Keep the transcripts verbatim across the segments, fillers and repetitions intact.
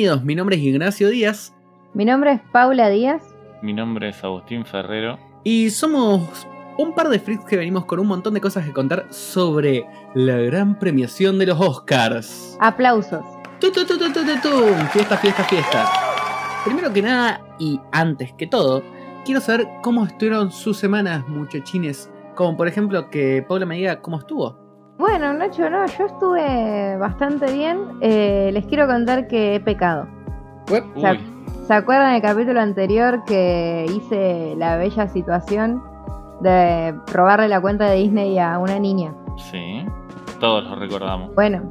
bienvenidos. Mi nombre es Ignacio Díaz. Mi nombre es Paula Díaz. Mi nombre es Agustín Ferrero. Y somos un par de freaks que venimos con un montón de cosas que contar sobre la gran premiación de los Oscars. Aplausos. ¡Tu, tu, tu, tu, tu, tu, tu! Fiesta, fiesta, fiesta. Primero que nada, y antes que todo, quiero saber cómo estuvieron sus semanas, muchachines. Como por ejemplo que Paula me diga cómo estuvo. Bueno, Nacho, no, yo estuve bastante bien. Eh, les quiero contar que he pecado. Uep. ¿Se, ¿Se acuerdan del capítulo anterior que hice la bella situación de robarle la cuenta de Disney a una niña? Sí, todos lo recordamos. Bueno,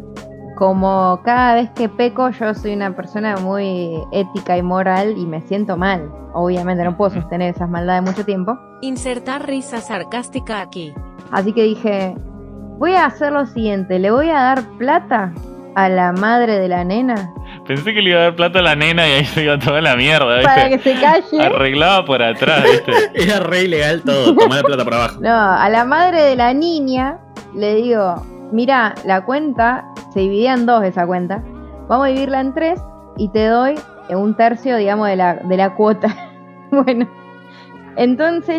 como cada vez que peco yo soy una persona muy ética y moral y me siento mal. Obviamente no puedo sostener esas maldades mucho tiempo. Insertar risa sarcástica aquí. Así que dije, voy a hacer lo siguiente, le voy a dar plata a la madre de la nena. Pensé que le iba a dar plata a la nena y ahí se iba toda la mierda, ¿viste? Para que se calle. Arreglaba por atrás, ¿viste? Era re ilegal todo, tomar la plata por abajo. No, a la madre de la niña le digo, mira, la cuenta se dividía en dos esa cuenta. Vamos a dividirla en tres y te doy un tercio, digamos, de la, de la cuota. Bueno, entonces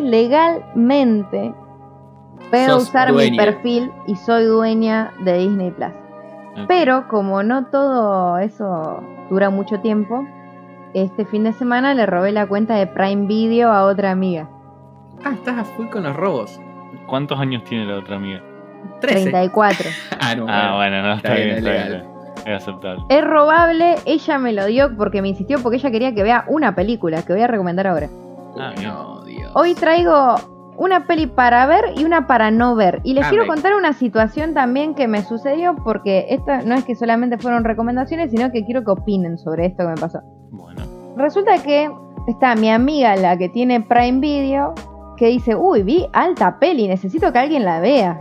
legalmente puedo Sos usar dueña. mi perfil y soy dueña de Disney Plus. Ok. Pero como no todo eso dura mucho tiempo, este fin de semana le robé la cuenta de Prime Video a otra amiga. Ah, estás a full con los robos. ¿Cuántos años tiene la otra amiga? trece. treinta y cuatro. Ah, no. Ah, bueno, no, está, Está bien, bien, está es bien, está bien. Es aceptable. Es robable, ella me lo dio porque me insistió, porque ella quería que vea una película que voy a recomendar ahora. Ah, bien. No, Dios. Hoy traigo una peli para ver y una para no ver. Y les Ah, quiero me- contar una situación también que me sucedió, porque esta no es que solamente fueron recomendaciones, sino que quiero que opinen sobre esto que me pasó. Bueno. Resulta que está mi amiga, la que tiene Prime Video, que dice, uy, vi alta peli, necesito que alguien la vea.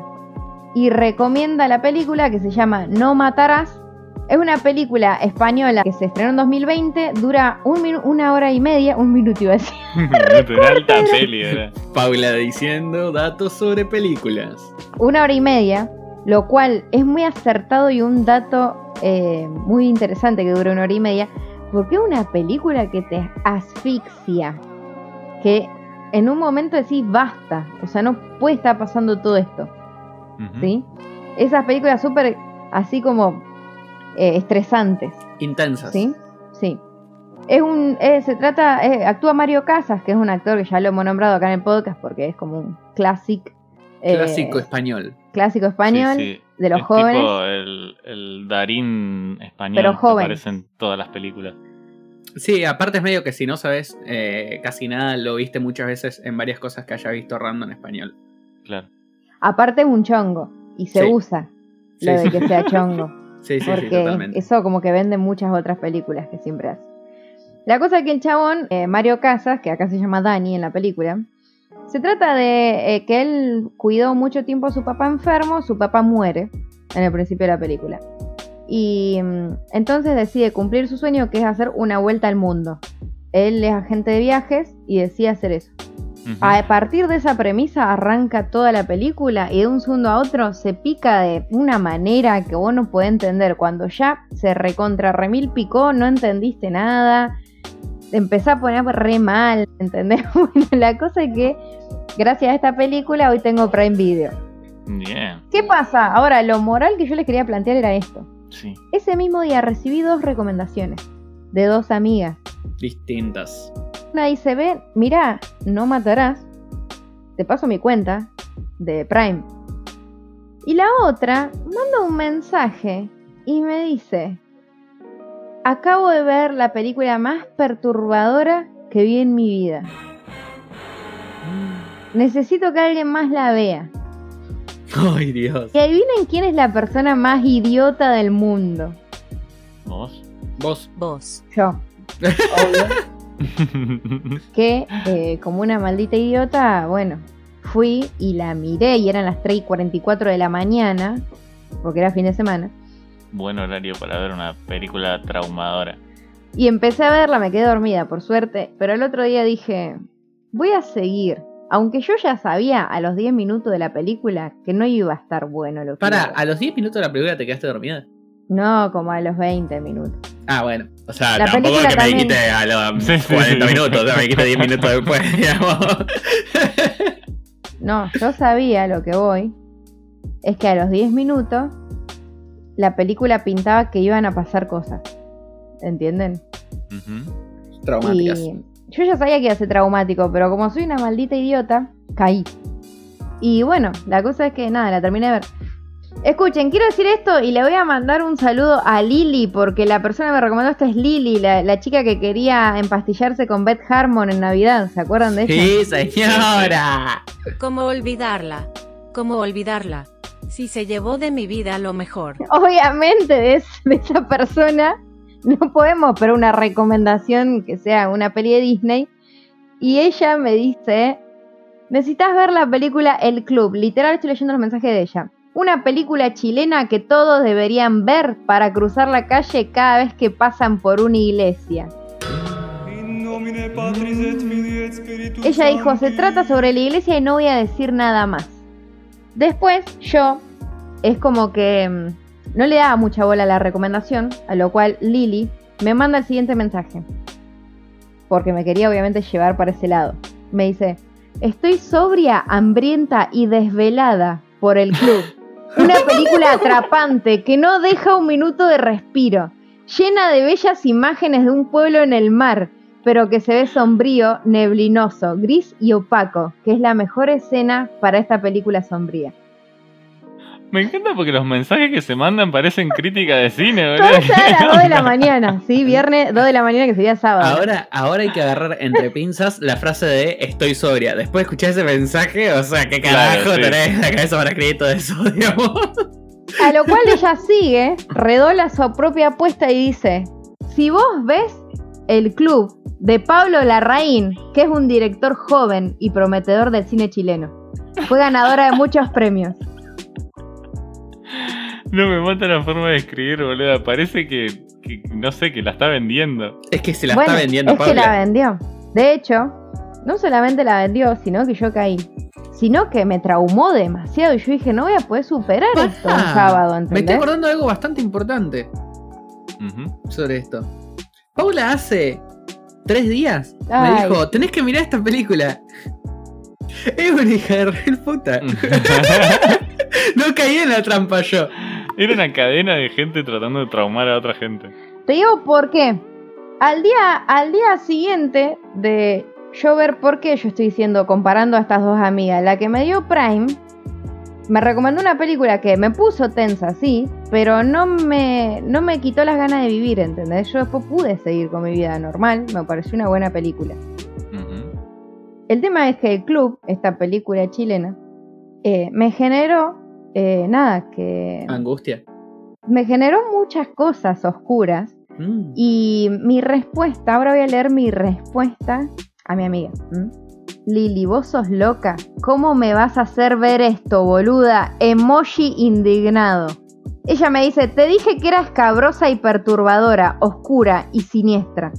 Y recomienda la película que se llama No Matarás. Es una película española que se estrenó en dos mil veinte, dura un minu- una hora y media, un minuto iba a decir. Era alta peli, era. Paula diciendo datos sobre películas. Una hora y media, lo cual es muy acertado y un dato eh, muy interesante que dura una hora y media, porque es una película que te asfixia, que en un momento decís basta, o sea, no puede estar pasando todo esto, Ujú. ¿sí? Esas películas súper así como eh, estresantes, Intensas. ¿sí? Sí. Es un, eh, se trata, eh, actúa Mario Casas, que es un actor que ya lo hemos nombrado acá en el podcast porque es como un clásico. eh, Clásico español. clásico español, Sí, sí. de los Es jóvenes. tipo el, el Darín español Pero que joven. aparece en todas las películas. Sí, aparte es medio que si no sabes eh, casi nada, lo viste muchas veces en varias cosas que haya visto random en español. Claro. Aparte es un chongo y se Sí. usa Sí, lo de sí. que sea chongo. Sí, sí, sí, porque totalmente. eso como que vende muchas otras películas que siempre hace. La cosa es que el chabón, eh, Mario Casas, que acá se llama Dani en la película, se trata de eh, que él cuidó mucho tiempo a su papá enfermo, su papá muere en el principio de la película. Y mm, entonces decide cumplir su sueño, que es hacer una vuelta al mundo. Él es agente de viajes y decide hacer eso. Ujú. A partir de esa premisa arranca toda la película y de un segundo a otro se pica de una manera que vos no podés entender. Cuando ya se recontra remil picó, no entendiste nada, te empezás a poner re mal, ¿entendés? Bueno, la cosa es que gracias a esta película hoy tengo Prime Video. Bien. ¿Qué pasa? Ahora, lo moral que yo les quería plantear era esto. Sí. Ese mismo día recibí dos recomendaciones de dos amigas. Distintas. Una dice, ve, mirá, No Matarás, te paso mi cuenta de Prime. Y la otra manda un mensaje y me dice, acabo de ver la película más perturbadora que vi en mi vida. Necesito que alguien más la vea. Ay, Dios. Y adivinen quién es la persona más idiota del mundo. ¿Vos? Vos. Vos. Yo. Obvio. Que eh, como una maldita idiota, bueno, fui y la miré y eran las tres y cuarenta y cuatro de la mañana, porque era fin de semana, Buen horario para ver una película traumadora. y empecé a verla, me quedé dormida por suerte, pero el otro día dije, voy a seguir, aunque yo ya sabía a los diez minutos de la película que no iba a estar bueno lo que Para, iba a ver. ¿a los diez minutos de la película te quedaste dormida? No, como a los veinte minutos. Ah, bueno. O sea, La tampoco película que también- me dijiste a los Sí, sí, cuarenta sí. minutos, o sea, me dijiste diez minutos después, digamos. No, yo sabía lo que voy. Es que a los diez minutos la película pintaba que iban a pasar cosas. ¿Entienden? Ujú. Traumáticas. Y yo ya sabía que iba a ser traumático, pero como soy una maldita idiota, caí. Y bueno, la cosa es que nada, la terminé de ver. Escuchen, quiero decir esto y le voy a mandar un saludo a Lili, porque la persona que me recomendó esto es Lili, la, la chica que quería empastillarse con Beth Harmon en Navidad. ¿Se acuerdan de ella? Sí, señora. ¿Cómo olvidarla? ¿Cómo olvidarla? Si se llevó de mi vida lo mejor. Obviamente de, es- de esa persona no podemos esperar una recomendación que sea una peli de Disney. Y ella me dice, necesitas ver la película El Club. Literal estoy leyendo los mensajes de ella. Una película chilena que todos deberían ver para cruzar la calle cada vez que pasan por una iglesia. Ella dijo, se trata sobre la iglesia y no voy a decir nada más. Después yo, es como que mm, no le daba mucha bola a la recomendación, a lo cual Lili me manda el siguiente mensaje. Porque me quería obviamente llevar para ese lado. Me dice, estoy sobria, hambrienta y desvelada por El Club. Una película atrapante que no deja un minuto de respiro, llena de bellas imágenes de un pueblo en el mar, pero que se ve sombrío, neblinoso, gris y opaco, que es la mejor escena para esta película sombría. Me encanta porque los mensajes que se mandan parecen crítica de cine, Todo boludo. ya a las dos de la mañana, ¿sí? Viernes dos de la mañana, que sería sábado. Ahora, ahora hay que agarrar entre pinzas la frase de estoy sobria. Después de escuchar ese mensaje, o sea, ¿qué carajo Claro, sí. tenés la cabeza para escribir todo eso, digamos? A lo cual ella sigue, redobla su propia apuesta y dice, si vos ves El Club de Pablo Larraín, que es un director joven y prometedor del cine chileno, fue ganadora de muchos premios. No me mata la forma de escribir, boludo. Parece que, que, no sé, que la está vendiendo. Es que se la Bueno, está vendiendo, es que Paula. la vendió. De hecho, no solamente la vendió, sino que yo caí. Sino que me traumó demasiado y yo dije, no voy a poder superar esto un Pará, sábado, Me estoy ¿entendés? acordando de algo bastante importante Ujú. sobre esto. Paula hace tres días me Ay. dijo, tenés que mirar esta película. Es una hija de re puta. No caí en la trampa yo. Era una cadena de gente tratando de traumar a otra gente. Te digo por qué. Al día, al día siguiente de yo ver por qué yo estoy diciendo, comparando a estas dos amigas, la que me dio Prime, me recomendó una película que me puso tensa, sí, pero no me, no me quitó las ganas de vivir, ¿entendés? Yo después pude seguir con mi vida normal, me pareció una buena película. Ujú. El tema es que El Club, esta película chilena, eh, me generó, eh, nada, que... Angustia. Me generó muchas cosas oscuras. Mm. Y mi respuesta, ahora voy a leer mi respuesta a mi amiga. ¿m? Lili, vos sos loca. ¿Cómo me vas a hacer ver esto, boluda? Emoji indignado. Ella me dice, te dije que era escabrosa y perturbadora, oscura y siniestra.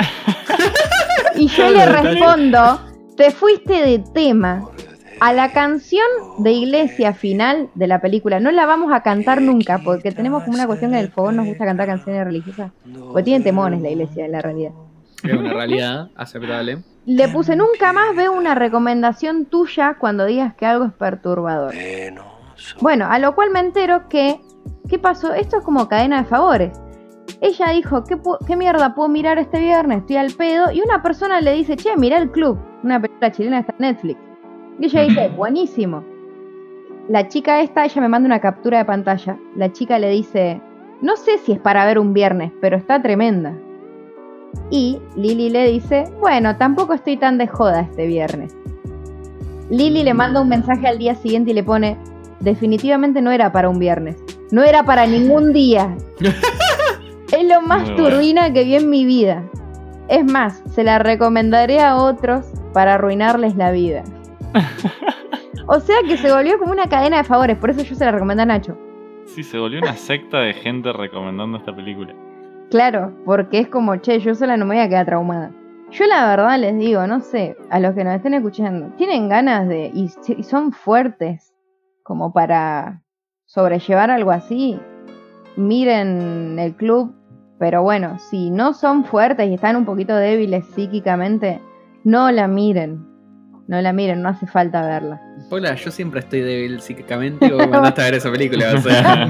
Y yo le respondo, te fuiste de tema. A la canción de iglesia final de la película no la vamos a cantar nunca, porque tenemos como una cuestión que en el fogón nos gusta cantar canciones religiosas. Porque tienen temones la iglesia, en la realidad. Es una realidad aceptable. Le puse, nunca más veo una recomendación tuya cuando digas que algo es perturbador. Bueno, a lo cual me entero que, ¿qué pasó? Esto es como cadena de favores. Ella dijo, ¿qué, pu- qué mierda puedo mirar este viernes? Estoy al pedo. Y una persona le dice, che, mirá El Club, una película chilena que está en Netflix. Y ella dice, buenísimo. La chica esta, ella me manda una captura de pantalla. La chica le dice, no sé si es para ver un viernes, pero está tremenda. Y Lili le dice, bueno, tampoco estoy tan de joda este viernes. Lili le manda un mensaje al día siguiente y le pone, definitivamente no era para un viernes. No era para ningún día. Es lo más Muy bueno. turbina que vi en mi vida. Es más, se la recomendaré a otros para arruinarles la vida. O sea que se volvió como una cadena de favores, por eso yo se la recomendé a Nacho. Sí, se volvió una secta de gente recomendando esta película. Claro, porque es como, che, yo sola no me voy a quedar traumada. Yo la verdad les digo, no sé, a los que nos estén escuchando, tienen ganas de, y, y son fuertes como para sobrellevar algo así, miren el club, pero bueno, si no son fuertes y están un poquito débiles psíquicamente, no la miren. No la miren, no hace falta verla. Paula, yo siempre estoy débil psíquicamente y vos me mandaste a ver esa película, o sea.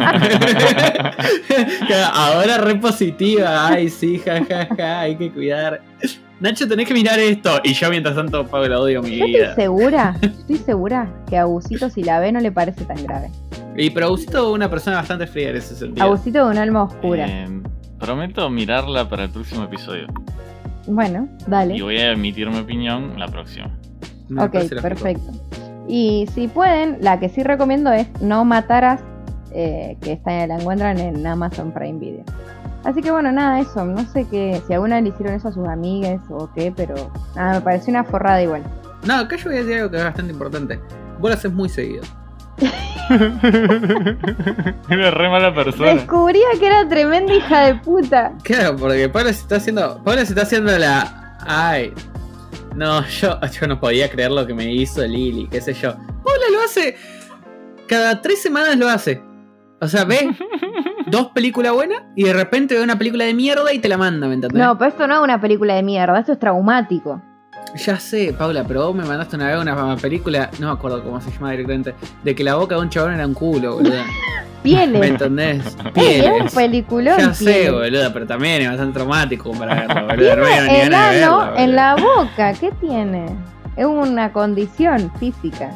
Ahora re positiva, ay sí, jajaja, ja, ja, hay que cuidar. Nacho, tenés que mirar esto. Y yo mientras tanto, Paula, odio mi Yo vida. estoy segura, estoy segura que a Abusito si la ve no le parece tan grave. Y pero Abusito es una persona bastante fría en ese sentido. Abusito de un alma oscura. Eh, prometo mirarla para el próximo episodio. Bueno, dale. Y voy a emitir mi opinión la próxima. Me Ok, parece lógico. perfecto. Y si pueden, la que sí recomiendo es No Matarás, eh, que está, la encuentran en Amazon Prime Video. Así que bueno, nada, eso. No sé qué, si alguna le hicieron eso a sus amigues o qué, pero nada, me pareció una forrada igual. No, acá yo voy a decir algo que es bastante importante. Vos lo haces muy seguido. Era re mala persona. Descubría que era tremenda hija de puta. Claro, porque Paula se está haciendo. Paula se está haciendo la. Ay. No, yo, yo no podía creer lo que me hizo Lili, qué sé yo. Paula lo hace. Cada tres semanas lo hace. O sea, ve dos películas buenas y de repente ve una película de mierda y te la manda, ¿me entendés? No, pero esto no es una película de mierda, esto es traumático. Ya sé, Paula, pero vos me mandaste una vez una película, no me acuerdo cómo se llama directamente, de que la boca de un chabón era un culo, boludo. ¿Me Pieles. entendés? Ey, es un Pieles. peliculón. Ya sé, Pieles. boludo, pero también es bastante traumático como para verlo, boludo. No me dieron ni Tiene el ganas de verlo, ano en boludo. la boca, ¿qué tiene? Es una condición física.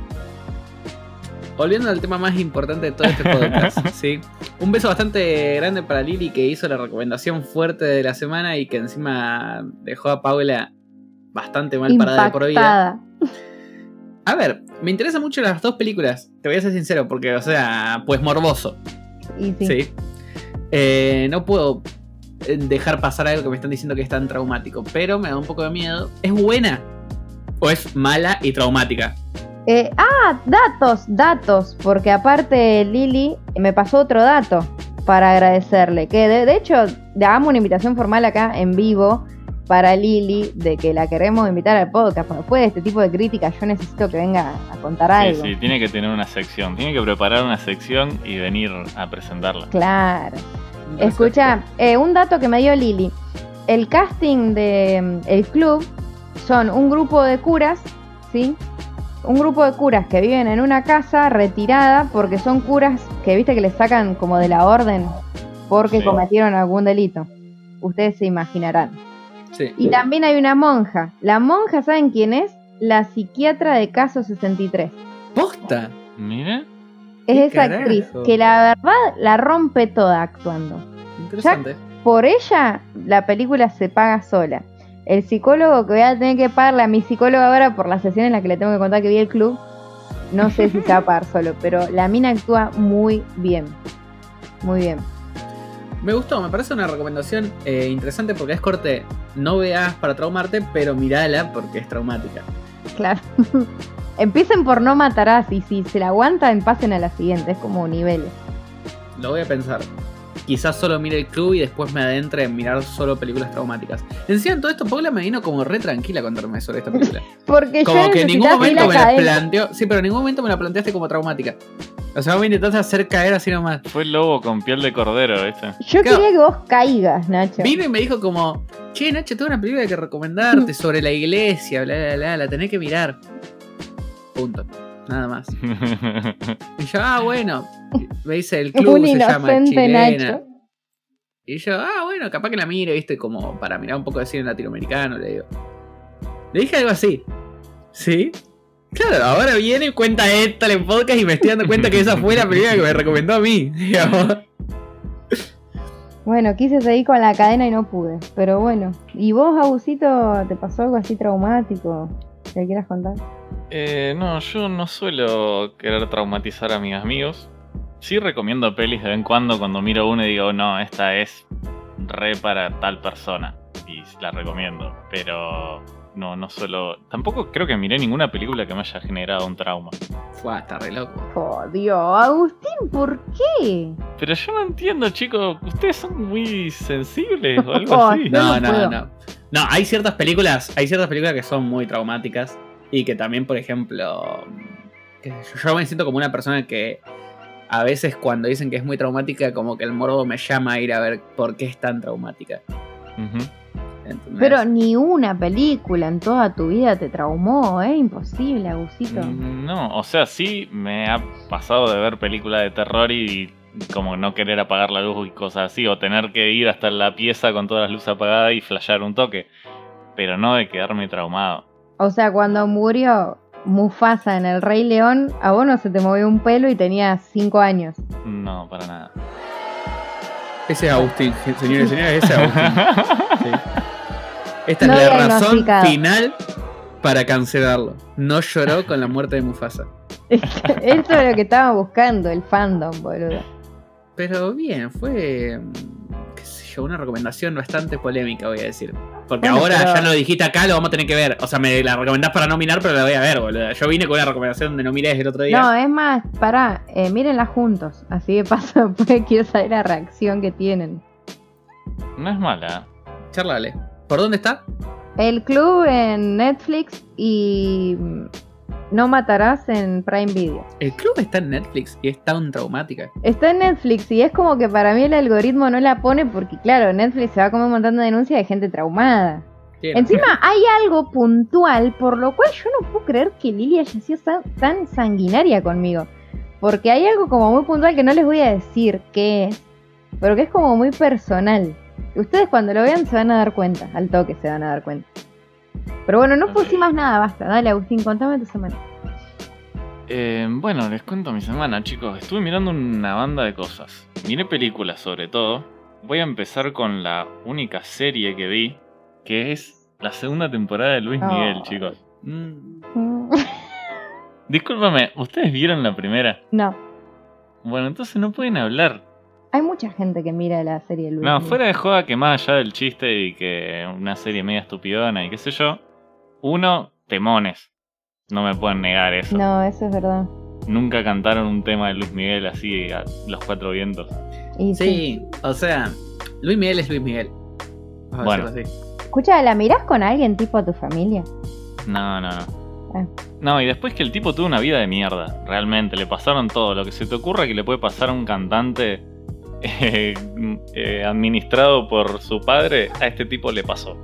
Volviendo al tema más importante de todo este podcast, ¿sí? Un beso bastante grande para Lili, que hizo la recomendación fuerte de la semana y que encima dejó a Paula bastante mal parada de por vida. Impactada. A ver, me interesan mucho las dos películas, te voy a ser sincero, porque, o sea, pues morboso, Y sí. ¿sí? Eh, no puedo eh, dejar pasar algo que me están diciendo que es tan traumático, pero me da un poco de miedo. ¿Es buena o es mala y traumática? Eh, ah, datos, datos, porque aparte Lili me pasó otro dato para agradecerle, que de, de hecho le hagamos una invitación formal acá en vivo para Lili, de que la queremos invitar al podcast, porque después de este tipo de críticas yo necesito que venga a contar Sí, algo. sí, tiene que tener una sección. Tiene que preparar una sección y venir a presentarla. Claro. Escucha, eh, un dato que me dio Lili. El casting de mm, el club son un grupo de curas, ¿sí? Un grupo de curas que viven en una casa retirada porque son curas que viste que les sacan como de la orden porque Sí. cometieron algún delito. Ustedes se imaginarán. Sí. Y también hay una monja. La monja, ¿saben quién es? La psiquiatra de Caso sesenta y tres. ¿Posta? Mire. Es ¿Qué esa carajo? actriz que la verdad la rompe toda actuando. Interesante. Por ella, la película se paga sola. El psicólogo que voy a tener que pagarle a mi psicólogo ahora por la sesión en la que le tengo que contar que vi el club, no sé si se va a pagar solo, pero la mina actúa muy bien. Muy bien. Me gustó, me parece una recomendación eh, interesante porque es corte. No veas para traumarte, pero mirala porque es traumática. Claro. Empiecen por No Matarás y si se la aguantan, pasen a la siguiente. Es como niveles. Lo voy a pensar. Quizás solo mire el club y después me adentre en mirar solo películas traumáticas. Encima en todo esto, Paula me vino como re tranquila a contarme sobre esta película. Porque Como yo que en ningún necesitaba ir momento a me la cadena. planteó. Sí, pero en ningún momento me la planteaste como traumática. O sea, vos me intentaste hacer caer así nomás. Fue el lobo con piel de cordero, ¿viste? Yo Claro. quería que vos caigas, Nacho. Vino y me dijo como, che, Nacho, tengo una película que recomendarte sobre la iglesia, bla, bla, bla, la tenés que mirar. Punto. Nada más. Y yo, ah, bueno. Me dice, el club Un se llama inocente Chilena. Nacho. Y yo, ah, bueno, capaz que la mire, viste, como para mirar un poco de cine latinoamericano, le digo. Le dije algo así. ¿Sí? Claro, ahora viene y cuenta esto en el podcast y me estoy dando cuenta que esa fue la película que me recomendó a mí, digamos. Bueno, quise seguir con la cadena y no pude. Pero bueno. ¿Y vos, Abusito, te pasó algo así traumático que quieras contar? Eh, no, yo no suelo querer traumatizar a mis amigos. Sí recomiendo pelis de vez en cuando cuando miro una y digo, no, esta es re para tal persona. Y la recomiendo. Pero no, no suelo... Tampoco creo que miré ninguna película que me haya generado un trauma. Fue hasta re loco. Oh, Dios, Agustín, ¿por qué? Pero yo no entiendo, chicos. Ustedes son muy sensibles o algo Oh, así. Yo No, no no, puedo. no. No, hay ciertas películas, hay ciertas películas que son muy traumáticas y que también, por ejemplo, qué sé yo, yo me siento como una persona que a veces cuando dicen que es muy traumática, como que el morbo me llama a ir a ver por qué es tan traumática. Ujú. ¿Entendés? Pero ni una película en toda tu vida te traumó, ¿eh? Imposible, Agusito. Mm, No, o sea, sí me ha pasado de ver películas de terror y, y como no querer apagar la luz y cosas así, o tener que ir hasta la pieza con todas las luces apagadas y flashear un toque, pero no de quedarme traumado. O sea, cuando murió Mufasa en El Rey León, a vos no se te movió un pelo y tenías cinco años. No, para nada. Ese es Agustín, señores y señores, ese es Agustín. Sí. Esta No es la razón diagnosticado. final para cancelarlo. No lloró con la muerte de Mufasa. Esto es lo que estaba buscando el fandom, boludo. Pero bien, fue, qué sé yo, una recomendación bastante polémica, voy a decir. Porque Bueno, ahora pero- ya lo dijiste acá, lo vamos a tener que ver. O sea, me la recomendás para no mirar, pero la voy a ver, boludo. Yo vine con una recomendación de no mires el otro día. No, es más, pará, eh, mírenla juntos. Así de paso, pues quiero saber la reacción que tienen. No es mala. Charlale. ¿Por dónde está? El Club en Netflix y mm, No Matarás en Prime Video. El club está en Netflix y es tan traumática. Está en Netflix y es como que para mí el algoritmo no la pone porque, claro, Netflix se va a comer un montón de denuncias de gente traumada. Bien. Encima hay algo puntual por lo cual yo no puedo creer que Lili haya sido tan, tan sanguinaria conmigo. Porque hay algo como muy puntual que no les voy a decir qué es, pero que es como muy personal. Ustedes cuando lo vean se van a dar cuenta, al toque se van a dar cuenta. Pero bueno, no puse Ok. más nada, basta. Dale, Agustín, contame tu semana. Eh, bueno, les cuento mi semana, chicos. Estuve mirando una banda de cosas. Miré películas sobre todo. Voy a empezar con la única serie que vi, que es la segunda temporada de Luis Oh. Miguel, chicos. Mm, Mm, Discúlpame, ¿ustedes vieron la primera? No, Bueno, entonces no pueden hablar. hay mucha gente que mira la serie de Luis. No, Miguel. fuera de joda que más allá del chiste y que una serie media estupidona y qué sé yo. Uno, temones. No me pueden negar eso. No, eso es verdad. Nunca cantaron un tema de Luis Miguel así a los cuatro vientos. Y sí. sí, o sea, Luis Miguel es Luis Miguel. Vamos a Bueno. decirlo así. Escucha, ¿la mirás con alguien tipo a tu familia? No, no, no. Ah. No, y después que el tipo tuvo una vida de mierda. Realmente, le pasaron todo. Lo que se te ocurra que le puede pasar a un cantante eh, eh, administrado por su padre, a este tipo le pasó.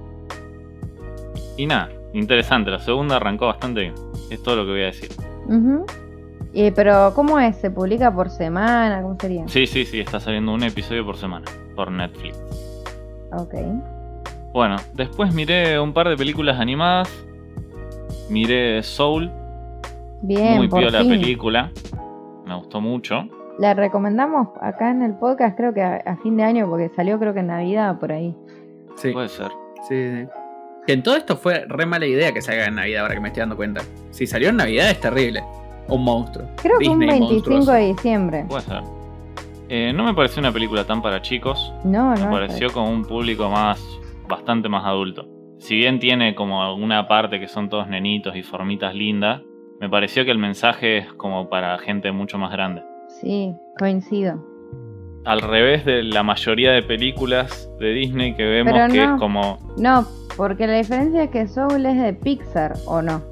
Y nada, interesante. La segunda arrancó bastante bien. Es todo lo que voy a decir. Ujú. Eh, pero, ¿cómo es? ¿Se publica por semana? ¿Cómo sería? Sí, sí, sí, está saliendo un episodio por semana. Por Netflix. Ok. Bueno, después miré un par de películas animadas. Miré Soul. Bien, Muy por piola la fin. película. Me gustó mucho. La recomendamos acá en el podcast, creo que a, a fin de año, porque salió creo que en Navidad o por ahí. Sí, Puede ser. sí, sí. Que en todo esto fue re mala idea que salga en Navidad, ahora que me estoy dando cuenta. Si salió en Navidad es terrible. Un monstruo. Creo que un Disney veinticinco monstruoso. de diciembre. Puede ser. Eh, no me pareció una película tan para chicos. No, Me no. pareció como un público más, bastante más adulto. Si bien tiene como una parte que son todos nenitos y formitas lindas, me pareció que el mensaje es como para gente mucho más grande. Sí, coincido. Al revés de la mayoría de películas de Disney que vemos Pero que no. es como... No, porque la diferencia es que Soul es de Pixar, ¿o no?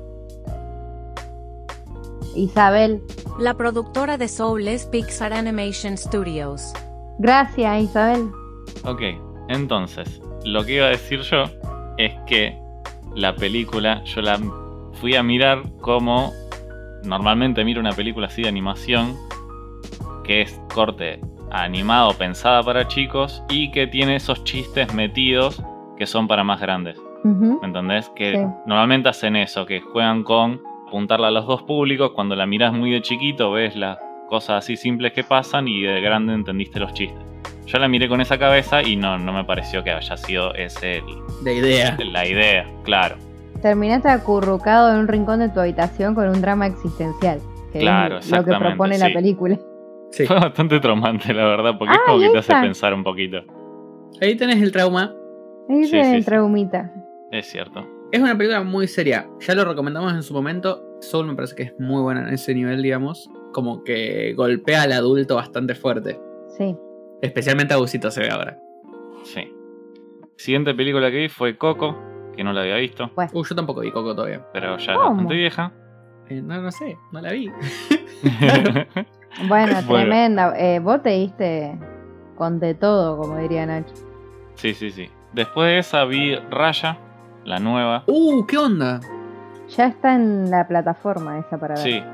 Isabel. La productora de Soul es Pixar Animation Studios. Gracias, Isabel. Ok, entonces, lo que iba a decir yo es que la película yo la fui a mirar como normalmente miro una película así de animación, que es corte animado, pensada para chicos y que tiene esos chistes metidos que son para más grandes. Ujú. ¿Me entendés? Que Sí. normalmente hacen eso, que juegan con apuntarla a los dos públicos. Cuando la mirás muy de chiquito ves las cosas así simples que pasan y de grande entendiste los chistes. Yo la miré con esa cabeza y no, no me pareció que haya sido ese el- De idea. la idea, claro. Terminaste acurrucado en un rincón de tu habitación con un drama existencial. Que Claro, es lo que exactamente, propone la sí. película. Sí. Fue bastante traumante, la verdad, porque es Ah, como y que te hace esa. pensar un poquito. Ahí tenés el trauma. Ese Sí, es sí, el sí. traumita. Es cierto. Es una película muy seria. Ya lo recomendamos en su momento. Soul me parece que es muy buena en ese nivel, digamos. Como que golpea al adulto bastante fuerte. Sí. Especialmente a Gusito se ve ahora. Sí. Siguiente película que vi fue Coco, que no la había visto, Pues. Uh, yo tampoco vi Coco todavía. pero ya es ¿Cómo? bastante vieja. Eh, no, no sé, no la vi. Bueno, Bueno. tremenda. Eh, vos te diste con de todo, como diría Nacho. Sí, sí, sí. Después de esa vi Raya, la nueva. Uh, ¿qué onda? Ya está en la plataforma esa para ver. Sí,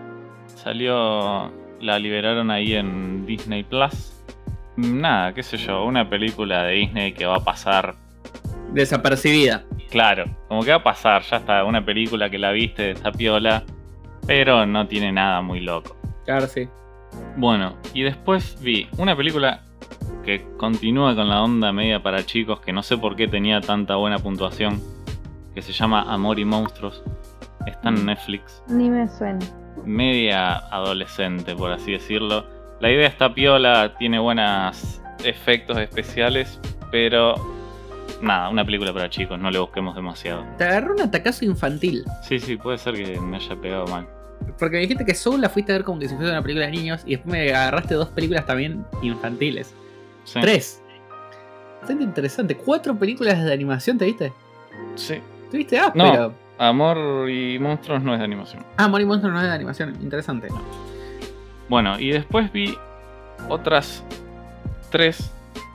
salió, la liberaron ahí en Disney Plus. Nada, qué sé yo, una película de Disney que va a pasar, Desapercibida. claro, como que va a pasar, ya está, una película que la viste, está piola, pero no tiene nada muy loco. Claro, sí. Bueno, y después vi una película que continúa con la onda media para chicos, que no sé por qué tenía tanta buena puntuación, que se llama Amor y Monstruos. Está en Netflix. Ni me suena. Media adolescente, por así decirlo. La idea está piola, tiene buenos efectos especiales, pero nada, una película para chicos, no le busquemos demasiado. Te agarró un atacazo infantil. Sí, sí, puede ser que me haya pegado mal. Porque me dijiste que Soul la fuiste a ver como que si fuese una película de niños y después me agarraste dos películas también infantiles. Sí. Tres. Bastante interesante. Cuatro películas de animación, ¿te viste? Sí. ¿Te viste? Ah, pero... Amor y Monstruos no es de animación. Ah, Amor y Monstruos no es de animación. Interesante. Bueno, y después vi otras tres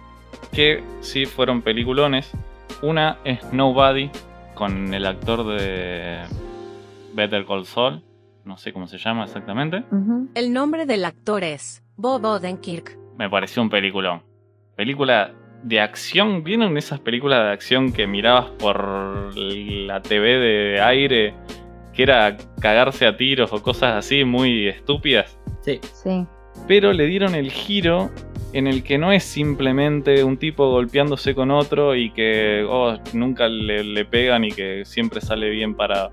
que sí fueron peliculones. Una es Nobody, con el actor de Better Call Saul. No sé cómo se llama exactamente. Ujú. El nombre del actor es Bob Odenkirk. Me pareció un peliculón. Película de acción. ¿Vieron esas películas de acción que mirabas por la T V de aire? Que era cagarse a tiros o cosas así muy estúpidas. Sí. Sí. Pero le dieron el giro en el que no es simplemente un tipo golpeándose con otro y que oh, nunca le, le pegan y que siempre sale bien parado.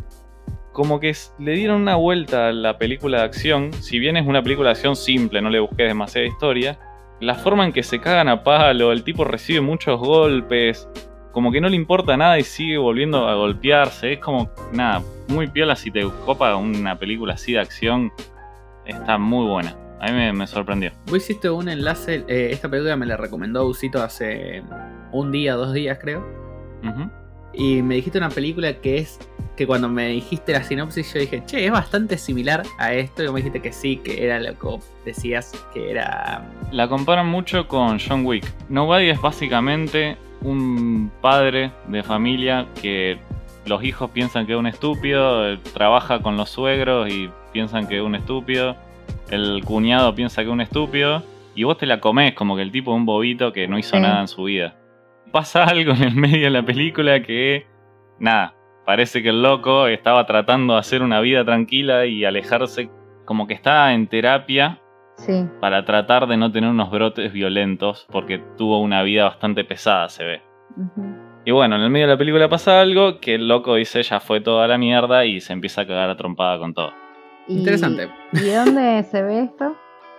Como que es- le dieron una vuelta a la película de acción. Si bien es una película de acción simple, no le busqué demasiada historia, la forma en que se cagan a palo, el tipo recibe muchos golpes, como que no le importa nada y sigue volviendo a golpearse. Es como, nada, muy piola. Si te copa una película así de acción, está muy buena. A mí me, me sorprendió. Vos hiciste un enlace. eh, esta película me la recomendó Usito hace un día, dos días, creo. Ujú. Y me dijiste una película que es. Que cuando me dijiste la sinopsis, yo dije, che, es bastante similar a esto. Y vos me dijiste que sí, que era lo que decías que era. La comparan mucho con John Wick. Nobody es básicamente un padre de familia que los hijos piensan que es un estúpido, eh, trabaja con los suegros y piensan que es un estúpido, el cuñado piensa que es un estúpido, y vos te la comés como que el tipo es un bobito que no hizo Sí. nada en su vida. Pasa algo en el medio de la película que, nada, parece que el loco estaba tratando de hacer una vida tranquila y alejarse, como que está en terapia Sí. para tratar de no tener unos brotes violentos, porque tuvo una vida bastante pesada, se ve. Ujú. Y bueno, en el medio de la película pasa algo que el loco dice ya fue toda la mierda y se empieza a cagar a trompada con todo. Y- Interesante. ¿Y dónde se ve esto?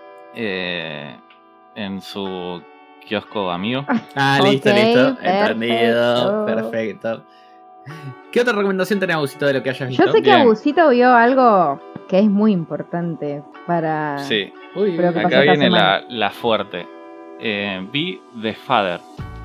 Eh, en su kiosco amigo. Ah, Ok, listo, listo. perfecto. Entendido. Perfecto. ¿Qué otra recomendación tenés, Usito, de lo que hayas visto? Yo sé que Bien. Abusito vio algo que es muy importante para... Sí, Uy, Pero que pasó acá esta viene la, semana. la fuerte. Eh, vi The Father.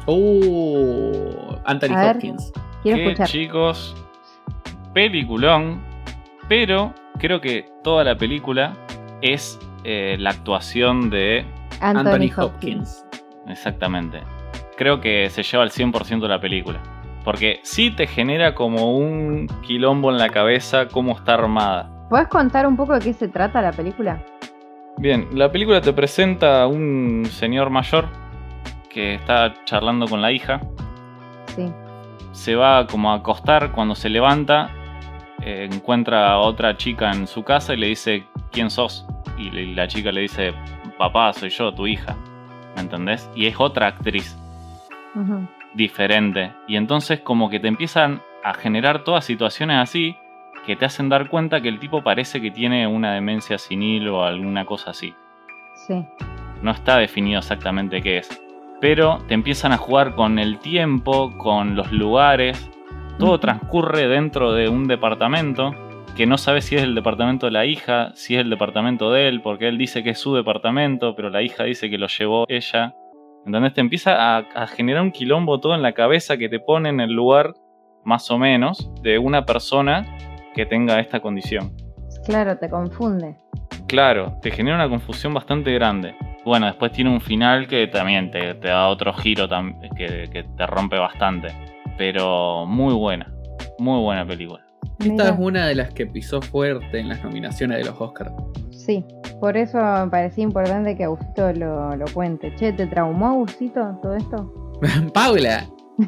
Uh, Anthony A ver. Hopkins. Quiero Que, escuchar. chicos, peliculón, pero creo que toda la película es eh, la actuación de... Anthony, Anthony Hopkins. Hopkins. Exactamente. Creo que se lleva el cien por ciento de la película. Porque sí te genera como un quilombo en la cabeza cómo está armada. ¿Puedes contar un poco de qué se trata la película? Bien, la película te presenta a un señor mayor que está charlando con la hija. Sí. Se va como a acostar, cuando se levanta eh, encuentra a otra chica en su casa y le dice ¿quién sos? Y le- la chica le dice papá, soy yo, tu hija. ¿Me entendés? Y es otra actriz Ujú. diferente. Y entonces como que te empiezan a generar todas situaciones así que te hacen dar cuenta que el tipo parece que tiene una demencia senil o alguna cosa así. Sí. No está definido exactamente qué es. Pero te empiezan a jugar con el tiempo, con los lugares. Todo Ujú. transcurre dentro de un departamento que no sabe si es el departamento de la hija, si es el departamento de él, porque él dice que es su departamento, pero la hija dice que lo llevó ella. ¿Entendés? Te empieza a, a generar un quilombo todo en la cabeza que te pone en el lugar, más o menos, de una persona que tenga esta condición. Claro, te confunde. Claro, te genera una confusión bastante grande. Bueno, después tiene un final que también te, te da otro giro tam- que, que te rompe bastante. Pero muy buena, muy buena película. Esta Mirá. es una de las que pisó fuerte en las nominaciones de los Oscars. Sí, por eso me parecía importante que Agustito lo, lo cuente. Che, ¿te traumó, Agustito, todo esto? Paula,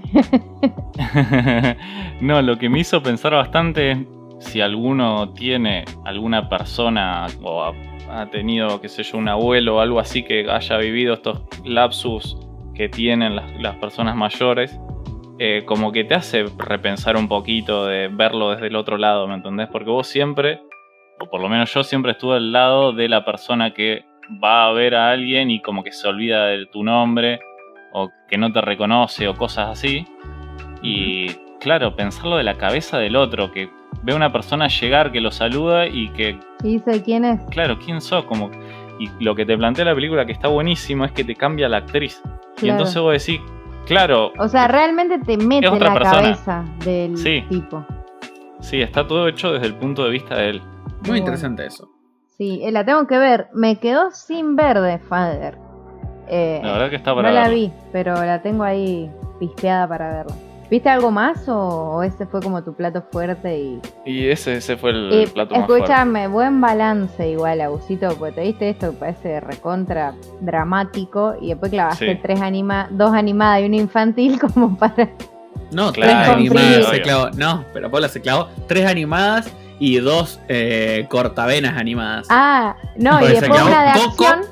No, lo que me hizo pensar bastante es si alguno tiene alguna persona o ha, ha tenido, qué sé yo, un abuelo o algo así que haya vivido estos lapsus que tienen las, las personas mayores, eh, como que te hace repensar un poquito de verlo desde el otro lado, ¿me entendés? Porque vos siempre, o por lo menos yo siempre estuve al lado de la persona que va a ver a alguien y como que se olvida de tu nombre o que no te reconoce o cosas así. Y claro, pensarlo de la cabeza del otro, que ve a una persona llegar, que lo saluda y que, ¿Y dice quién es? claro, ¿quién sos? Como, y lo que te plantea la película que está buenísimo es que te cambia la actriz. Y Claro. entonces vos decís, claro, O sea, realmente te mete Es en otra la persona. cabeza del Sí. tipo. sí, está todo hecho desde el punto de vista de él. muy Muy interesante eso. Sí, eh, la tengo que ver. Me quedó sin ver de Father. Eh, La verdad que está no para la verlo. vi, pero la tengo ahí pispeada para verla. ¿Viste algo más o, o ese fue como tu plato fuerte? Y Y ese, ese fue el Eh, plato más fuerte. escúchame, buen balance igual, Agusito, porque te viste esto que parece recontra dramático y después clavaste Sí. tres anima, dos animadas y una infantil como para... No, Claro, tres sí, animadas se obvio. clavó. No, pero Paula se clavó tres animadas y dos eh, cortavenas animadas. Ah, no, y Pues se después clavó una de Coco. acción.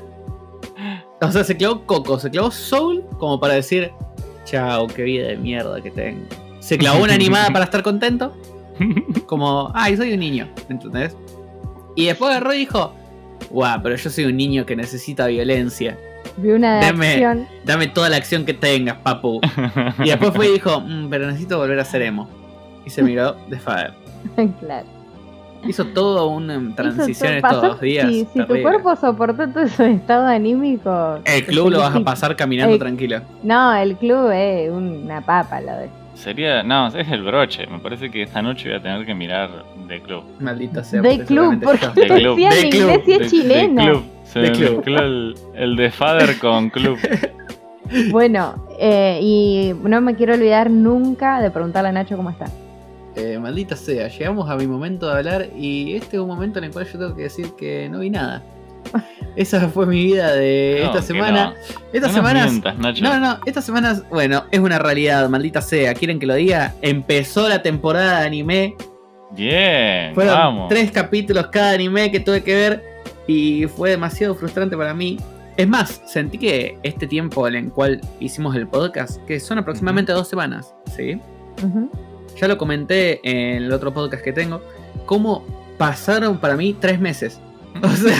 O sea, se clavó Coco, se clavó Soul como para decir, chao, qué vida de mierda que tengo. Se clavó una animada para estar contento, como, ay, soy un niño, ¿entendés? Y después agarró y dijo, guau, pero yo soy un niño que necesita violencia. Vi una de Deme- acción. Dame toda la acción que tengas, papu. Y después fue y dijo, "Mm, pero necesito volver a ser emo." Y se miró de Father. Claro. Hizo todo una Hizo transición todo- estos pasó- dos días. Si, si tu terrible. cuerpo soportó todo ese estado anímico... El te club lo vas a felicito. pasar caminando Eh, tranquilo. No, el club es una papa lo de... Sería, no, es el broche. Me parece que esta noche voy a tener que mirar The Club. Maldita sea. De porque club, seguramente porque yo- De club. decía De en club. inglés y es De- chileno. De Club. Se De me Club. mezcló el, el de Father con Club. Bueno, eh, y no me quiero olvidar nunca de preguntarle a Nacho cómo está. Eh, maldita sea, llegamos a mi momento de hablar y este es un momento en el cual yo tengo que decir que no vi nada. Esa fue mi vida de No, esta que semana. no. Estas No nos semanas. mientas, Nacho. No, no, estas semanas, bueno, es una realidad, maldita sea. ¿Quieren que lo diga? Empezó la temporada de anime. Bien, Fueron vamos. tres capítulos cada anime que tuve que ver y fue demasiado frustrante para mí. Es más, sentí que este tiempo en el cual hicimos el podcast, que son aproximadamente dos semanas, ¿sí? Ujú. Ya lo comenté en el otro podcast que tengo, cómo pasaron para mí tres meses. O sea,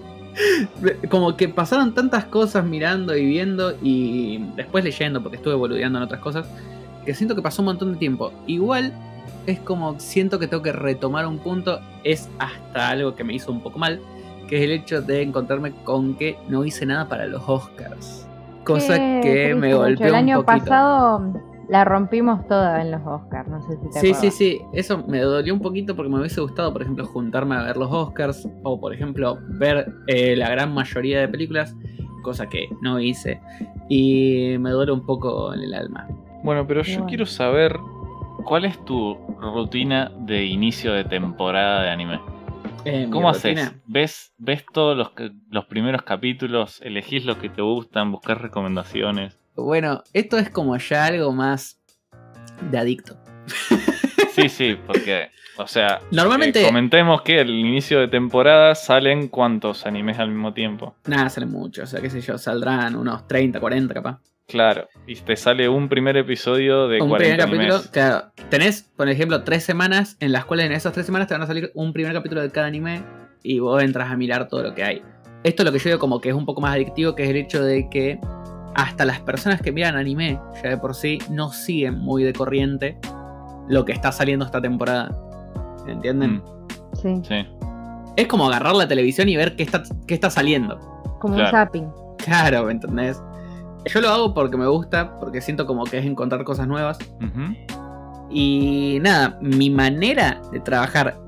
como que pasaron tantas cosas mirando y viendo y después leyendo, porque estuve boludeando en otras cosas, que siento que pasó un montón de tiempo. Igual es como siento que tengo que retomar un punto, es hasta algo que me hizo un poco mal, que es el hecho de encontrarme con que no hice nada para los Oscars. Cosa Qué que triste, me Nacho. golpeó El un año poquito. pasado la rompimos toda en los Oscars, no sé si te Sí, sí, acordás. sí, eso me dolió un poquito porque me hubiese gustado, por ejemplo, juntarme a ver los Oscars o, por ejemplo, ver eh, la gran mayoría de películas, cosa que no hice y me duele un poco en el alma. Bueno, pero yo Bueno. quiero saber cuál es tu rutina de inicio de temporada de anime. Eh, mi ¿Cómo rutina- haces? ¿Ves, ¿Ves todos los, que- los primeros capítulos? ¿Elegís los que te gustan? ¿Buscas recomendaciones? Bueno, esto es como ya algo más de adicto. Sí, sí, porque, o sea, Normalmente, eh, comentemos que al inicio de temporada salen cuántos animes al mismo tiempo. nada, sale mucho, o sea, qué sé yo, saldrán unos treinta, cuarenta capaz. Claro, y te sale un primer episodio de Un primer cuarenta capítulo, animes. claro, tenés, por ejemplo, tres semanas en las cuales en esas tres semanas te van a salir un primer capítulo de cada anime y vos entras a mirar todo lo que hay. Esto es lo que yo digo como que es un poco más adictivo, que es el hecho de que hasta las personas que miran anime, ya de por sí, no siguen muy de corriente lo que está saliendo esta temporada. ¿Entienden? Mm, Sí, sí. Es como agarrar la televisión y ver qué está, qué está saliendo. como Claro. un zapping. Claro, ¿me entendés? Yo lo hago porque me gusta, porque siento como que es encontrar cosas nuevas. Ujú. Y nada, mi manera de trabajar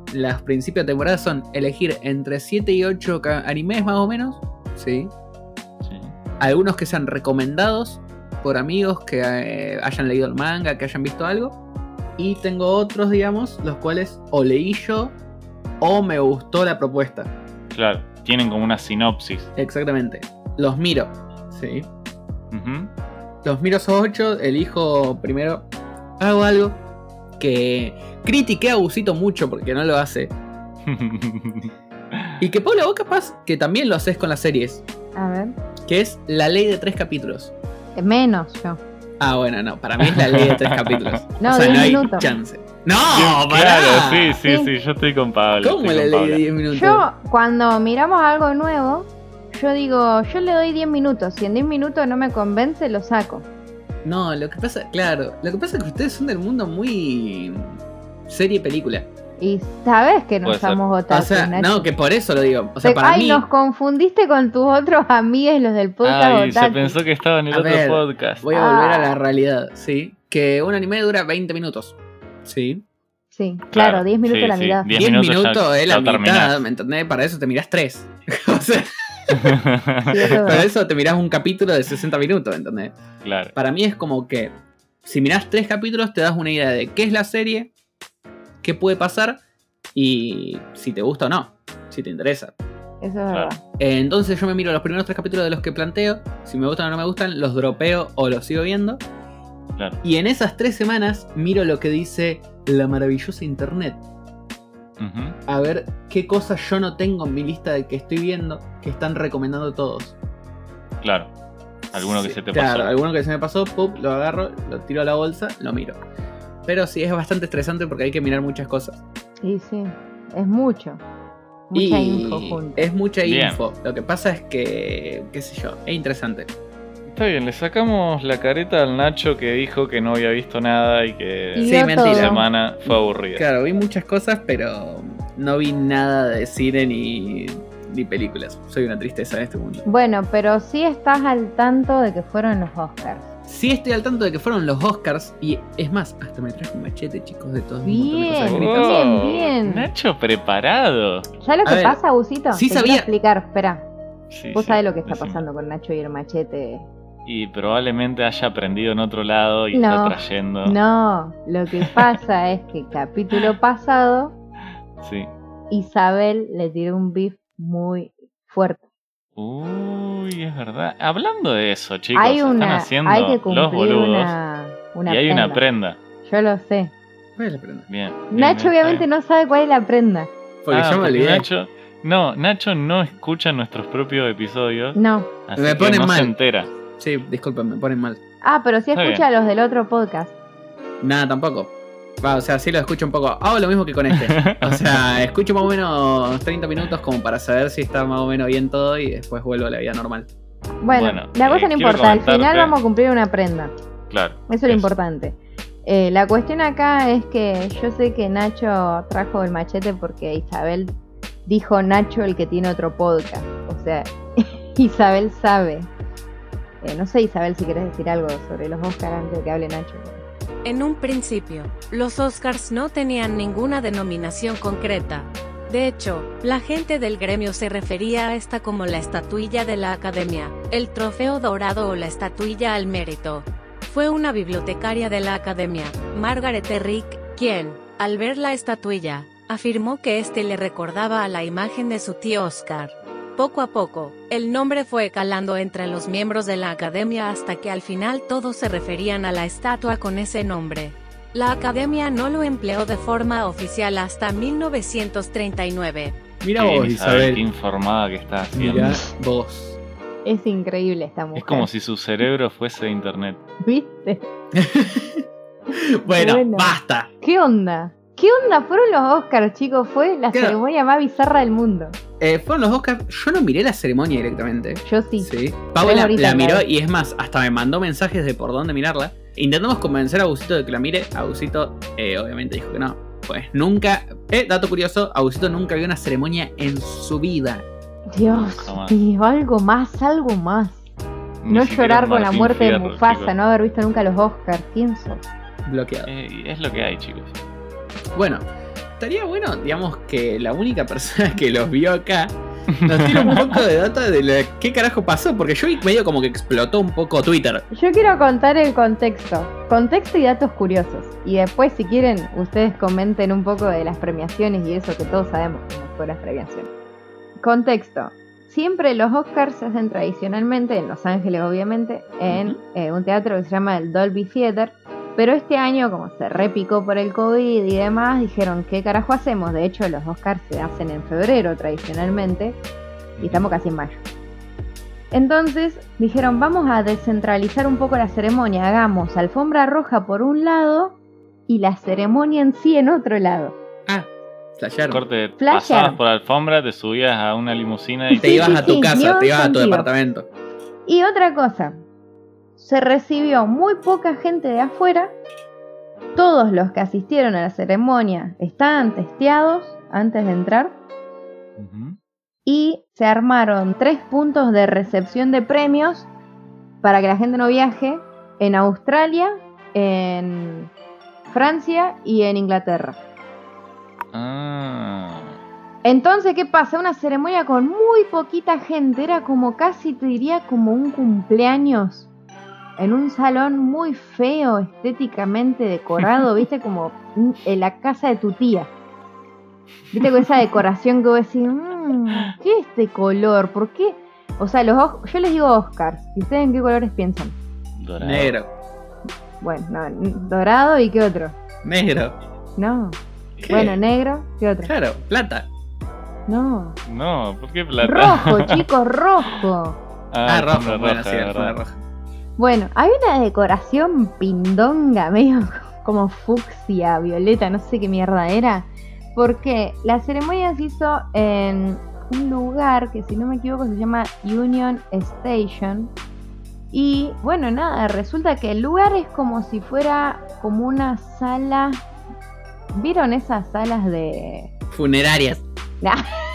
los principios de temporada son elegir entre siete y ocho ca- animes más o menos. Sí. Sí. Algunos que sean recomendados por amigos que eh, hayan leído el manga, que hayan visto algo. Y tengo otros, digamos, los cuales o leí yo o me gustó la propuesta. Claro, tienen como una sinopsis. Exactamente. Los miro. Sí. Ujú. Los miro esos ocho, elijo primero. Hago algo que critiqué a Busito mucho porque no lo hace. Y que Paula, vos capaz que también lo haces con las series. A ver. Que es la ley de tres capítulos. Eh, Menos yo. Ah, bueno, no. Para mí es la ley de tres capítulos. No, o sea, diez no hay minutos. chance. ¡No! Claro, ¡Pará! sí, sí, Sí. sí, yo estoy con Pablo. ¿Cómo estoy la con ley de Paula. diez minutos? Yo, cuando miramos algo nuevo, yo digo, yo le doy diez minutos. Si en diez minutos no me convence, lo saco. No, lo que pasa, claro. Lo que pasa es que ustedes son del mundo muy. Serie-película. Y sabes que no Puede ser. somos O otakus, sea, Nacho. no, que por eso lo digo. O sea, Te- para Ay, mí. nos confundiste con tus otros amigos, los del podcast Ay, se otaku. pensó que estaba en el A otro ver, podcast. Voy a volver a la Ah. realidad, ¿sí? Que un anime dura veinte minutos. ¿Sí? Sí, claro, Claro, diez minutos sí, la sí, mitad. diez diez minutos minutos, ya- es la ya mitad, terminás. ¿me entendés? Para eso te mirás tres. O sea, Sí, eso es para verdad. eso te mirás un capítulo de sesenta minutos, ¿me entendés? Claro. Para mí es como que si mirás tres capítulos te das una idea de qué es la serie, qué puede pasar y si te gusta o no, si te interesa. Eso es Claro. verdad. Eh, Entonces yo me miro los primeros tres capítulos de los que planteo, si me gustan o no me gustan, los dropeo o los sigo viendo. Claro. Y en esas tres semanas miro lo que dice la maravillosa internet. Ujú. A ver qué cosas yo no tengo en mi lista de que estoy viendo que están recomendando todos. Claro. Alguno que Sí, se te claro, pasó. alguno que se me pasó, pup, lo agarro, lo tiro a la bolsa, lo miro. Pero sí, es bastante estresante porque hay que mirar muchas cosas. Sí, sí. Es mucho. Mucha y info junto. es mucha Bien. info. Lo que pasa es que, qué sé yo, es interesante. Está bien, le sacamos la careta al Nacho que dijo que no había visto nada y que Y Sí, vio mentira. la todo. semana fue aburrida. Claro, vi muchas cosas, pero no vi nada de cine ni, ni películas. Soy una tristeza en este mundo. Bueno, pero sí estás al tanto de que fueron los Oscars. Sí estoy al tanto de que fueron los Oscars y es más, hasta me traje un machete, chicos, de todos un montón de cosas Bien. escritas. Bien, bien. Nacho preparado. ¿Sabes lo A que ver, pasa, Busito? sí Te quiero sabía- explicar, espera. Sí, Vos sí, sabés lo que está decime. pasando con Nacho y el machete. Y probablemente haya aprendido en otro lado y No, está trayendo. No, lo que pasa es que capítulo pasado, Sí. Isabel le tiró un beef muy fuerte. Uy, es verdad. Hablando de eso, chicos, hay están una, haciendo hay que los cumplir boludos una, una y hay prenda. una prenda. Yo lo sé. ¿Cuál es la prenda? Bien. bien, Nacho bien, obviamente está no sabe cuál es la prenda. Porque bien. Ah, yo me porque olvidé. Nacho, no, Nacho no escucha nuestros propios episodios, No. así Me que ponen no mal. se entera. Sí, disculpen, me ponen mal. Ah, pero sí Está escucha los del otro podcast. Nada, tampoco. Va, o sea, sí lo escucho un poco. Hago lo mismo que con este. O sea, escucho más o menos treinta minutos como para saber si está más o menos bien todo y después vuelvo a la vida normal. Bueno, Bueno, la eh, cosa no quiero importa. Al comentarte- final vamos a cumplir una prenda. Claro. Eso es lo importante. Eh, la cuestión acá es que yo sé que Nacho trajo el machete porque Isabel dijo Nacho el que tiene otro podcast. O sea, Isabel sabe. Eh, no sé, Isabel, si querés decir algo sobre los Oscars antes de que hable Nacho. En un principio, los Oscars no tenían ninguna denominación concreta. De hecho, la gente del gremio se refería a esta como la estatuilla de la Academia, el trofeo dorado o la estatuilla al mérito. Fue una bibliotecaria de la Academia, Margaret Herrick, quien, al ver la estatuilla, afirmó que este le recordaba a la imagen de su tío Oscar. Poco a poco, el nombre fue calando entre los miembros de la Academia hasta que al final todos se referían a la estatua con ese nombre. La Academia no lo empleó de forma oficial hasta mil novecientos treinta y nueve. Mira Bien, vos, Isabel, qué Isabel. informada que está haciendo. Mira vos. Es increíble esta mujer. Es como si su cerebro fuese de internet. ¿Viste? Bueno, Bueno. basta. ¿Qué onda? ¿Qué onda fueron los Oscars, chicos? Fue la Claro. ceremonia más bizarra del mundo. Eh, fueron los Oscars. Yo no miré la ceremonia directamente. Yo sí. Sí. Paula ahorita la la miró veo. y es más, hasta me mandó mensajes de por dónde mirarla. Intentamos convencer a Agusito de que la mire. Agusito, eh, obviamente, dijo que no. Pues nunca. Eh, dato curioso: Agusito nunca vio una ceremonia en su vida. Dios Jamás. mío, algo más, algo más. Ni No siquiera llorar un con la Martín muerte de Fierro, Mufasa, chicos. no haber visto nunca los Oscars. ¿Quién sos? Bloqueado. Eh, es lo que hay, chicos. Bueno, estaría bueno, digamos, que la única persona que los vio acá nos tire un poco de data de lo, qué carajo pasó, porque yo vi medio como que explotó un poco Twitter. Yo quiero contar el contexto. Contexto y datos curiosos. Y después, si quieren, ustedes comenten un poco de las premiaciones y eso que todos sabemos cómo fue las premiaciones. Contexto. Siempre los Oscars se hacen tradicionalmente, en Los Ángeles obviamente, en eh, un teatro que se llama el Dolby Theater. Pero este año, como se repicó por el COVID y demás, dijeron, ¿qué carajo hacemos? De hecho, los Oscars se hacen en febrero tradicionalmente y estamos casi en mayo. Entonces dijeron, vamos a descentralizar un poco la ceremonia, hagamos alfombra roja por un lado y la ceremonia en sí en otro lado. Ah, flashearon. Corte, Flashearon. pasabas por la alfombra, te subías a una limusina y Te ibas sí, a tu sí, casa, dio te ibas a tu sentido. departamento. Y otra cosa, se recibió muy poca gente de afuera. Todos los que asistieron a la ceremonia estaban testeados antes de entrar. Ujú. Y se armaron tres puntos de recepción de premios para que la gente no viaje en Australia, en Francia y en Inglaterra. Ah. Entonces, ¿qué pasa? Una ceremonia con muy poquita gente, era como casi, te diría, como un cumpleaños en un salón muy feo, estéticamente decorado, ¿viste? Como en la casa de tu tía. ¿Viste? Con esa decoración que vos decís, mmm, ¿qué es este color? ¿Por qué? O sea, los Os- yo les digo Oscars. ¿Y ustedes en qué colores piensan? Dorado. Negro. Bueno, no, n- dorado y qué otro. Negro. No. ¿Qué? Bueno, negro, ¿qué otro? Claro, plata. No. No, ¿por qué plata? Rojo, chicos, rojo. Ah, alfombra rojo, bueno, roja, sí, de alfombra verdad. roja. Bueno, hay una decoración pindonga, medio como fucsia, violeta, no sé qué mierda era. Porque la ceremonia se hizo en un lugar que, si no me equivoco, se llama Union Station. Y bueno, nada, resulta que el lugar es como si fuera como una sala. ¿Vieron esas salas de...? Funerarias. Nah.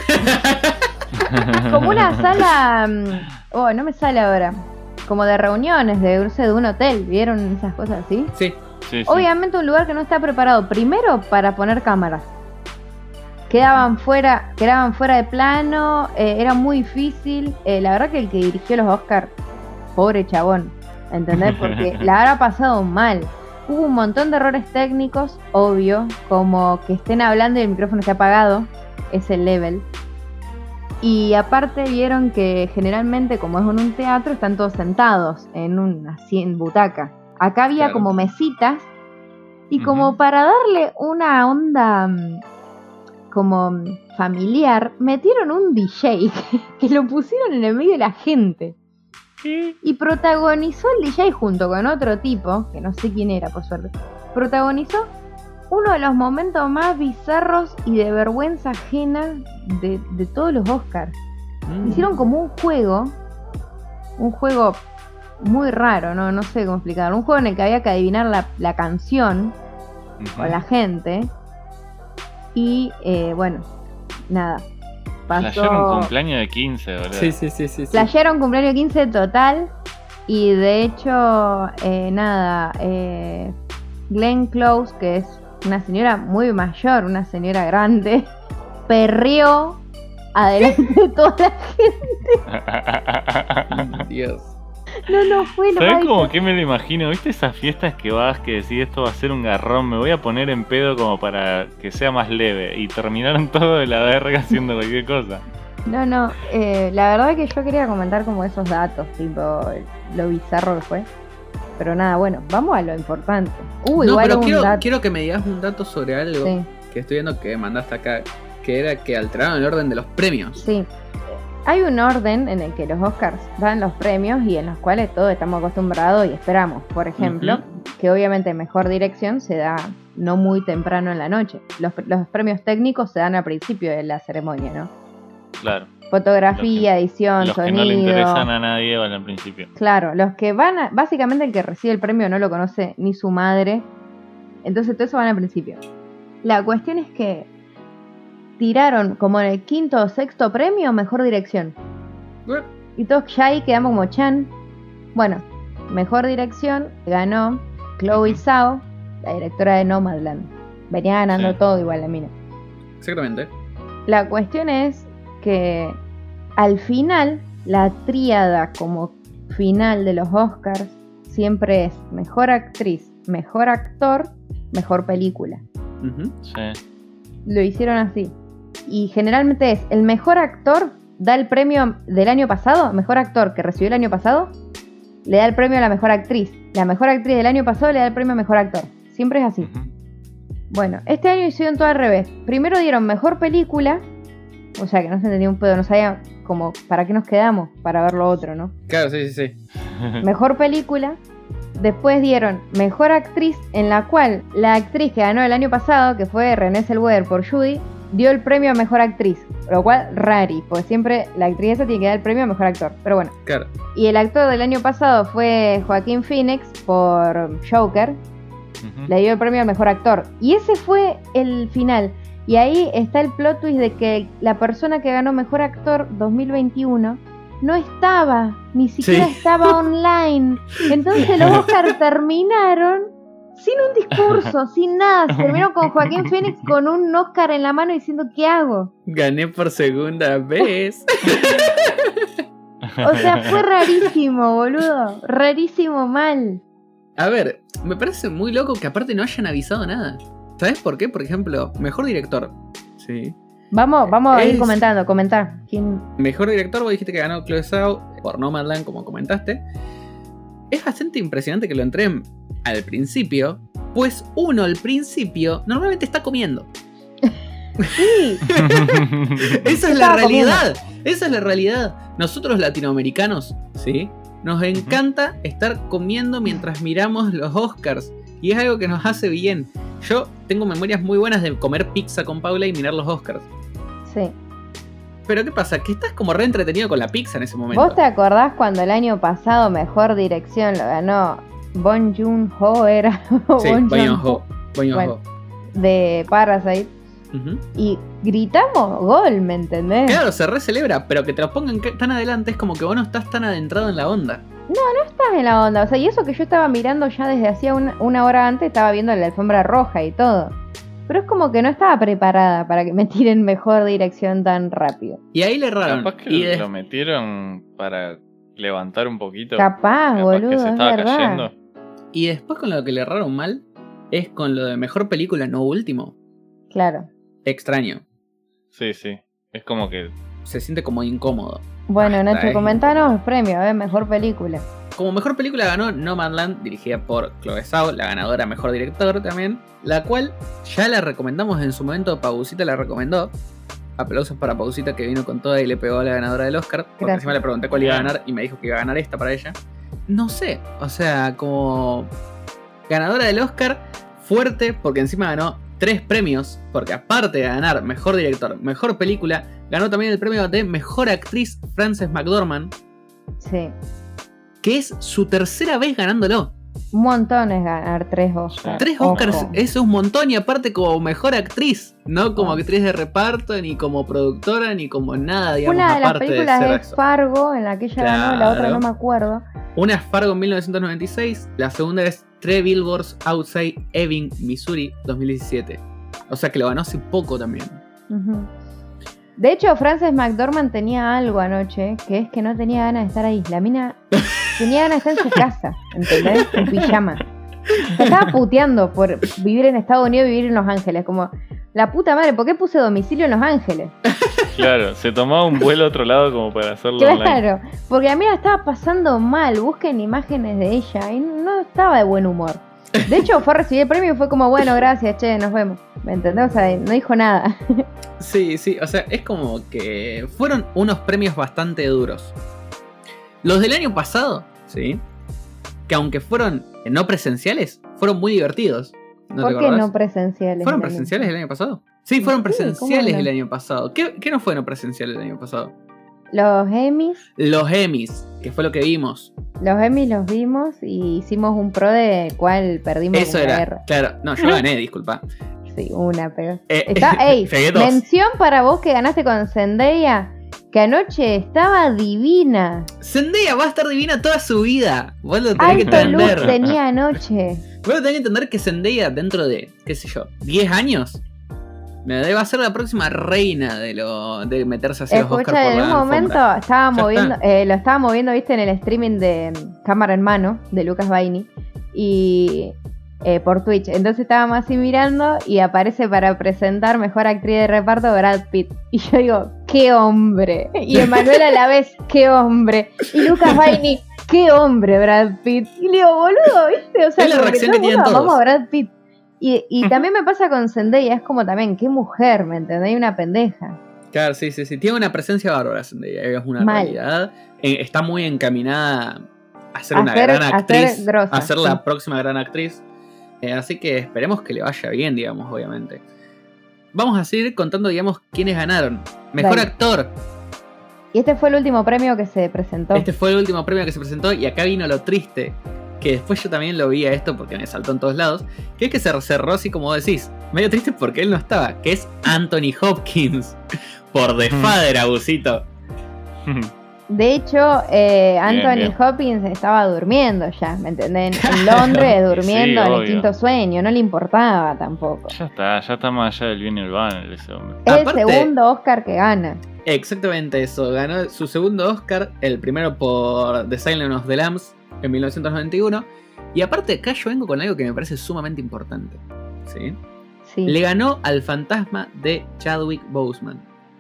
Como una sala... mm, Oh, no me sale ahora. Como de reuniones, de, no sé, de un hotel. ¿Vieron esas cosas así? Sí. Sí, sí. Obviamente un lugar que no está preparado primero para poner cámaras. Quedaban fuera, quedaban fuera de plano, eh, era muy difícil. Eh, la verdad que el que dirigió los Oscars, pobre chabón, ¿entendés? Porque la habrá pasado mal. Hubo un montón de errores técnicos, obvio, como que estén hablando y el micrófono esté apagado, es el level. Y aparte vieron que generalmente, como es en un teatro, están todos sentados en una en butaca. Acá había Claro. como mesitas y Ujú. como para darle una onda mm, como mm, familiar, metieron un D J que lo pusieron en el medio de la gente. Y protagonizó el D J junto con otro tipo, que no sé quién era por suerte, protagonizó uno de los momentos más bizarros y de vergüenza ajena de, de todos los Oscars. Mm. Hicieron como un juego, un juego muy raro, no, no sé cómo explicarlo, un juego en el que había que adivinar la, la canción Ujú. con la gente. Y eh, bueno, nada, Flashearon un pasó... cumpleaños de quince, boludo. Sí, sí, sí, sí. sí. Flashearon cumpleaños quince total. Y de hecho, eh, nada, eh, Glenn Close, que es una señora muy mayor, una señora grande, perreó adelante de toda la gente. Dios. No, no fue lo ¿Sabes más como bizarro. que me lo imagino? ¿Viste esas fiestas que vas que decís esto va a ser un garrón? Me voy a poner en pedo como para que sea más leve. Y terminaron todo de la verga haciendo cualquier cosa. No, no, eh, la verdad es que yo quería comentar como esos datos, tipo lo bizarro que fue. Pero nada, bueno, vamos a lo importante. Uh, no, igual pero un quiero, dato. quiero que me digas un dato sobre algo Sí, que estoy viendo que mandaste acá, que era que alteraron el orden de los premios. sí. Hay un orden en el que los Oscars dan los premios y en los cuales todos estamos acostumbrados y esperamos. Por ejemplo, que obviamente mejor dirección se da no muy temprano en la noche. Los, los premios técnicos se dan al principio de la ceremonia, ¿no? Claro. Fotografía, Los que- edición, Los sonido. que no le interesan a nadie van al principio. Claro, los que van a... Básicamente el que recibe el premio no lo conoce ni su madre. Entonces todo eso van al principio. La cuestión es que tiraron como en el quinto o sexto premio mejor dirección. Y todos ya ahí quedamos como chan. Bueno, mejor dirección ganó Chloe Zhao, la directora de Nomadland. Venía ganando Sí. todo igual la mina. exactamente. La cuestión es que al final, la tríada como final de los Oscars siempre es mejor actriz, mejor actor, mejor película. Uh-huh. Sí. Lo hicieron así. Y generalmente es el mejor actor da el premio del año pasado, mejor actor que recibió el año pasado, le da el premio a la mejor actriz. La mejor actriz del año pasado le da el premio a mejor actor. Siempre es así. Ujú. Bueno, este año hicieron todo al revés. Primero dieron mejor película, o sea que no se entendía un pedo, no sabía como para qué nos quedamos para ver lo otro, ¿no? Claro, sí, sí, sí. Mejor película. Después dieron mejor actriz, en la cual la actriz que ganó el año pasado, que fue Renée Zellweger por Judy, dio el premio a mejor actriz. Lo cual, rari, porque siempre la actriz esa tiene que dar el premio a mejor actor. Pero bueno. Claro. Y el actor del año pasado fue Joaquín Phoenix por Joker. Ujú. Le dio el premio al mejor actor. Y ese fue el final. Y ahí está el plot twist de que la persona que ganó mejor actor dos mil veintiuno no estaba, ni siquiera Sí. estaba online. Entonces los Oscars terminaron sin un discurso, sin nada. Se terminaron con Joaquín Phoenix con un Oscar en la mano diciendo ¿qué hago? Gané por segunda vez. O sea, fue rarísimo, boludo. Rarísimo mal. A ver, me parece muy loco que aparte no hayan avisado nada. ¿Sabes por qué? Por ejemplo, mejor director. Sí. Vamos, vamos a ir Es- comentando, comentar. ¿Quién? Mejor director, vos dijiste que ganó Chloe Zhao por Nomadland, como comentaste. Es bastante impresionante que lo entreguen al principio, pues uno al principio normalmente está comiendo. Sí, Esa es la Estaba realidad. Esa es la realidad. Nosotros latinoamericanos, ¿sí? Nos encanta estar comiendo mientras miramos los Oscars. Y es algo que nos hace bien. Yo tengo memorias muy buenas de comer pizza con Paula y mirar los Oscars. sí. Pero ¿qué pasa? Que estás como re entretenido con la pizza en ese momento. ¿Vos te acordás cuando el año pasado mejor dirección lo ganó Bong Joon-ho? Era Sí, Bong Bong Joon-ho, Joon-ho. Bong Bueno. Joon-ho. de Parasite. Ujú. Y gritamos gol, ¿me entendés? Claro, se re celebra, pero que te lo pongan que- tan adelante es como que vos no estás tan adentrado en la onda. Estás en la onda, o sea, y eso que yo estaba mirando ya desde hacía una, una hora antes, estaba viendo la alfombra roja y todo. Pero es como que no estaba preparada para que me tiren mejor dirección tan rápido. Y ahí le erraron. Capaz que Y de- lo metieron para levantar un poquito. Capaz, Capaz boludo, que se es estaba verdad. cayendo. Y después con lo que le erraron mal es con lo de mejor película, no último. Claro. Extraño. Sí, sí. Es como que. Se siente como incómodo. Bueno, Basta, Nacho, eh. comentanos el premio, a ver, mejor película. Como mejor película ganó Nomadland, dirigida por Chloe Zhao, la ganadora mejor director también, la cual ya la recomendamos en su momento, Pausita la recomendó. Aplausos para Pausita que vino con toda y le pegó a la ganadora del Oscar. Porque Gracias. encima le pregunté cuál iba a ganar y me dijo que iba a ganar esta para ella. No sé, o sea, como ganadora del Oscar, fuerte, porque encima ganó tres premios, porque aparte de ganar mejor director, mejor película, ganó también el premio de mejor actriz Frances McDormand, Sí. que es su tercera vez ganándolo. Un montón es ganar tres Oscars. Tres Ojo. Oscars, eso es un montón, y aparte como mejor actriz, no como Oh. actriz de reparto, ni como productora, ni como nada, digamos, Una de las aparte de películas ser es eso. Fargo, en la que ella ganó, la otra Claro. no me acuerdo. Una es Fargo en mil novecientos noventa y seis, la segunda es Three Billboards Outside Ebbing, Missouri, dos mil diecisiete. O sea que lo ganó hace poco también. Ujú. De hecho, Frances McDormand tenía algo anoche, que es que no tenía ganas de estar ahí. La mina tenía ganas de estar en su casa, ¿entendés? En pijama. Se estaba puteando por vivir en Estados Unidos y vivir en Los Ángeles. Como, la puta madre, ¿por qué puse domicilio en Los Ángeles? Claro, se tomaba un vuelo a otro lado como para hacerlo online. Claro, porque a mí la estaba pasando mal. Busquen imágenes de ella y no estaba de buen humor. De hecho, fue a recibir el premio y fue como, bueno, gracias, che, nos vemos. ¿Me entendés? O sea, no dijo nada. Sí, sí, o sea, es como que fueron unos premios bastante duros. Los del año pasado, sí, que aunque fueron no presenciales, fueron muy divertidos. ¿No ¿Por te qué acordás? no presenciales? ¿Fueron el año presenciales el año pasado? Sí, fueron Sí, presenciales ¿cómo no? el año pasado. ¿Qué, qué no fue no presencial el año pasado? Los Emmys, Los Emmys, que fue lo que vimos. los Emmys los vimos y hicimos un pro de cuál perdimos Eso una era, guerra. claro. No, yo gané, disculpa. Sí, una, pero... Eh, Está, ey, pegué dos. mención para vos que ganaste con Zendaya, que anoche estaba divina. Zendaya va a estar divina toda su vida. Vos lo tenés que Alto look entender. tenía anoche. Vos lo tenés que entender que Zendaya dentro de, qué sé yo, diez años Me va a ser la próxima reina de lo de meterse hacia los Oscars Escucha, por en la un momento alfombra. estaba Ya moviendo, está. eh, lo estaba moviendo, viste, en el streaming de mm, Cámara en Mano, de Lucas Baini, y eh, por Twitch. Entonces estábamos así mirando y aparece para presentar mejor actriz de reparto Brad Pitt. Y yo digo, ¡qué hombre! Y Emanuel a la vez, ¡qué hombre! Y Lucas Baini, ¡qué hombre Brad Pitt! Y le digo, boludo, ¿viste? O sea, Es la como reacción todo que el tienen mundo todos. amamos a Brad Pitt. Y, y también me pasa con Zendaya, es como también, qué mujer, ¿me entendés? Una pendeja. Claro, sí, sí, sí. Tiene una presencia bárbara, Zendaya, es una Mal. realidad. Eh, está muy encaminada a ser A una ser- gran a ser actriz, grosa, a ser sí. la próxima gran actriz. Eh, así que esperemos que le vaya bien, digamos, obviamente. Vamos a seguir contando, digamos, quiénes ganaron. Mejor Dale. actor. Y este fue el último premio que se presentó. Este fue el último premio que se presentó y acá vino lo triste. Que después yo también lo vi a esto porque me saltó en todos lados. Que es que se cerró así como decís. Medio triste porque él no estaba. Que es Anthony Hopkins. Por The Father, abusito. De hecho, eh, Anthony bien. Hopkins estaba durmiendo ya, ¿me entendés? En, en Londres, durmiendo Sí, en el obvio. quinto sueño, no le importaba tampoco. Ya está, ya está más allá del bien y el mal ese hombre. Es Aparte- el segundo Oscar que gana. Exactamente eso. Ganó su segundo Oscar. El primero por The Silence of the Lambs en mil novecientos noventa y uno. Y aparte acá yo vengo con algo que me parece sumamente importante. ¿Sí? Sí, Le ganó al fantasma de Chadwick Boseman.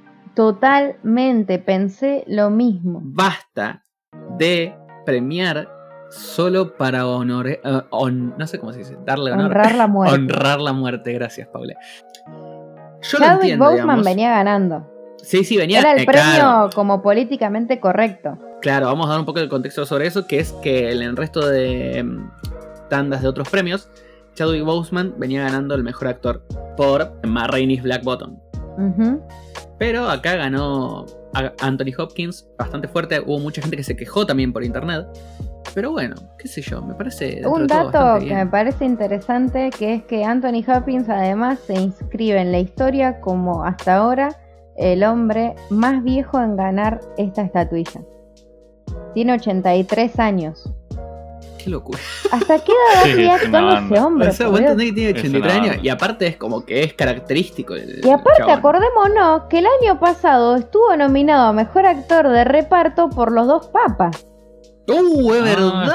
totalmente, pensé lo mismo. Basta de premiar solo para honor, eh, hon- no sé cómo se dice, darle honor, Honrar la muerte. honrar la muerte. Gracias, Paula. Yo lo Chadwick entiendo, Boseman digamos. venía ganando. Sí, sí, venía. Era el eh, premio claro, como políticamente correcto. claro, vamos a dar un poco de contexto sobre eso, que es que en el resto de em, tandas de otros premios, Chadwick Boseman venía ganando el mejor actor por Ma Rainey's Black Bottom. Ujú. Pero acá ganó a Anthony Hopkins bastante fuerte. Hubo mucha gente que se quejó también por internet. Pero bueno, qué sé yo, me parece dentro Un de todo dato bastante que me bien. parece interesante, que es que Anthony Hopkins además se inscribe en la historia como hasta ahora el hombre más viejo en ganar esta estatuilla. Tiene ochenta y tres años. Qué locura. ¿Hasta qué edad Sí, sigue es una actuando banda. ese hombre? O sea, por vos Dios? entendés que tiene Es ochenta y tres una años banda. y aparte es como que es característico. El, Y aparte, chabón. acordémonos que el año pasado estuvo nominado a Mejor Actor de Reparto por Los Dos Papas. ¡Uh, es Ah,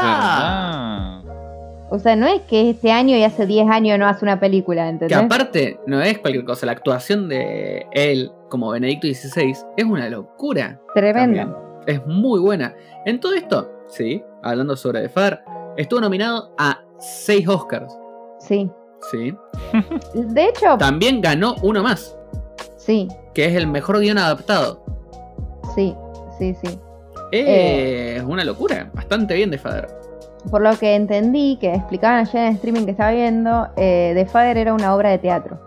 verdad! es verdad. O sea, no es que este año y hace diez años no hace una película, Que ¿entendés? aparte no es cualquier cosa. La actuación de él como Benedicto dieciséis es una locura. Tremendo. También. Es muy buena. En todo esto, sí, hablando sobre The Father, estuvo nominado a seis Oscars. Sí. Sí. De hecho, También ganó uno más, sí, que es el mejor guión adaptado. sí, sí, sí. Eh, Es una locura. Bastante bien The Father. Por lo que entendí, que explicaban ayer en el streaming que estaba viendo, eh, The Father era una obra de teatro.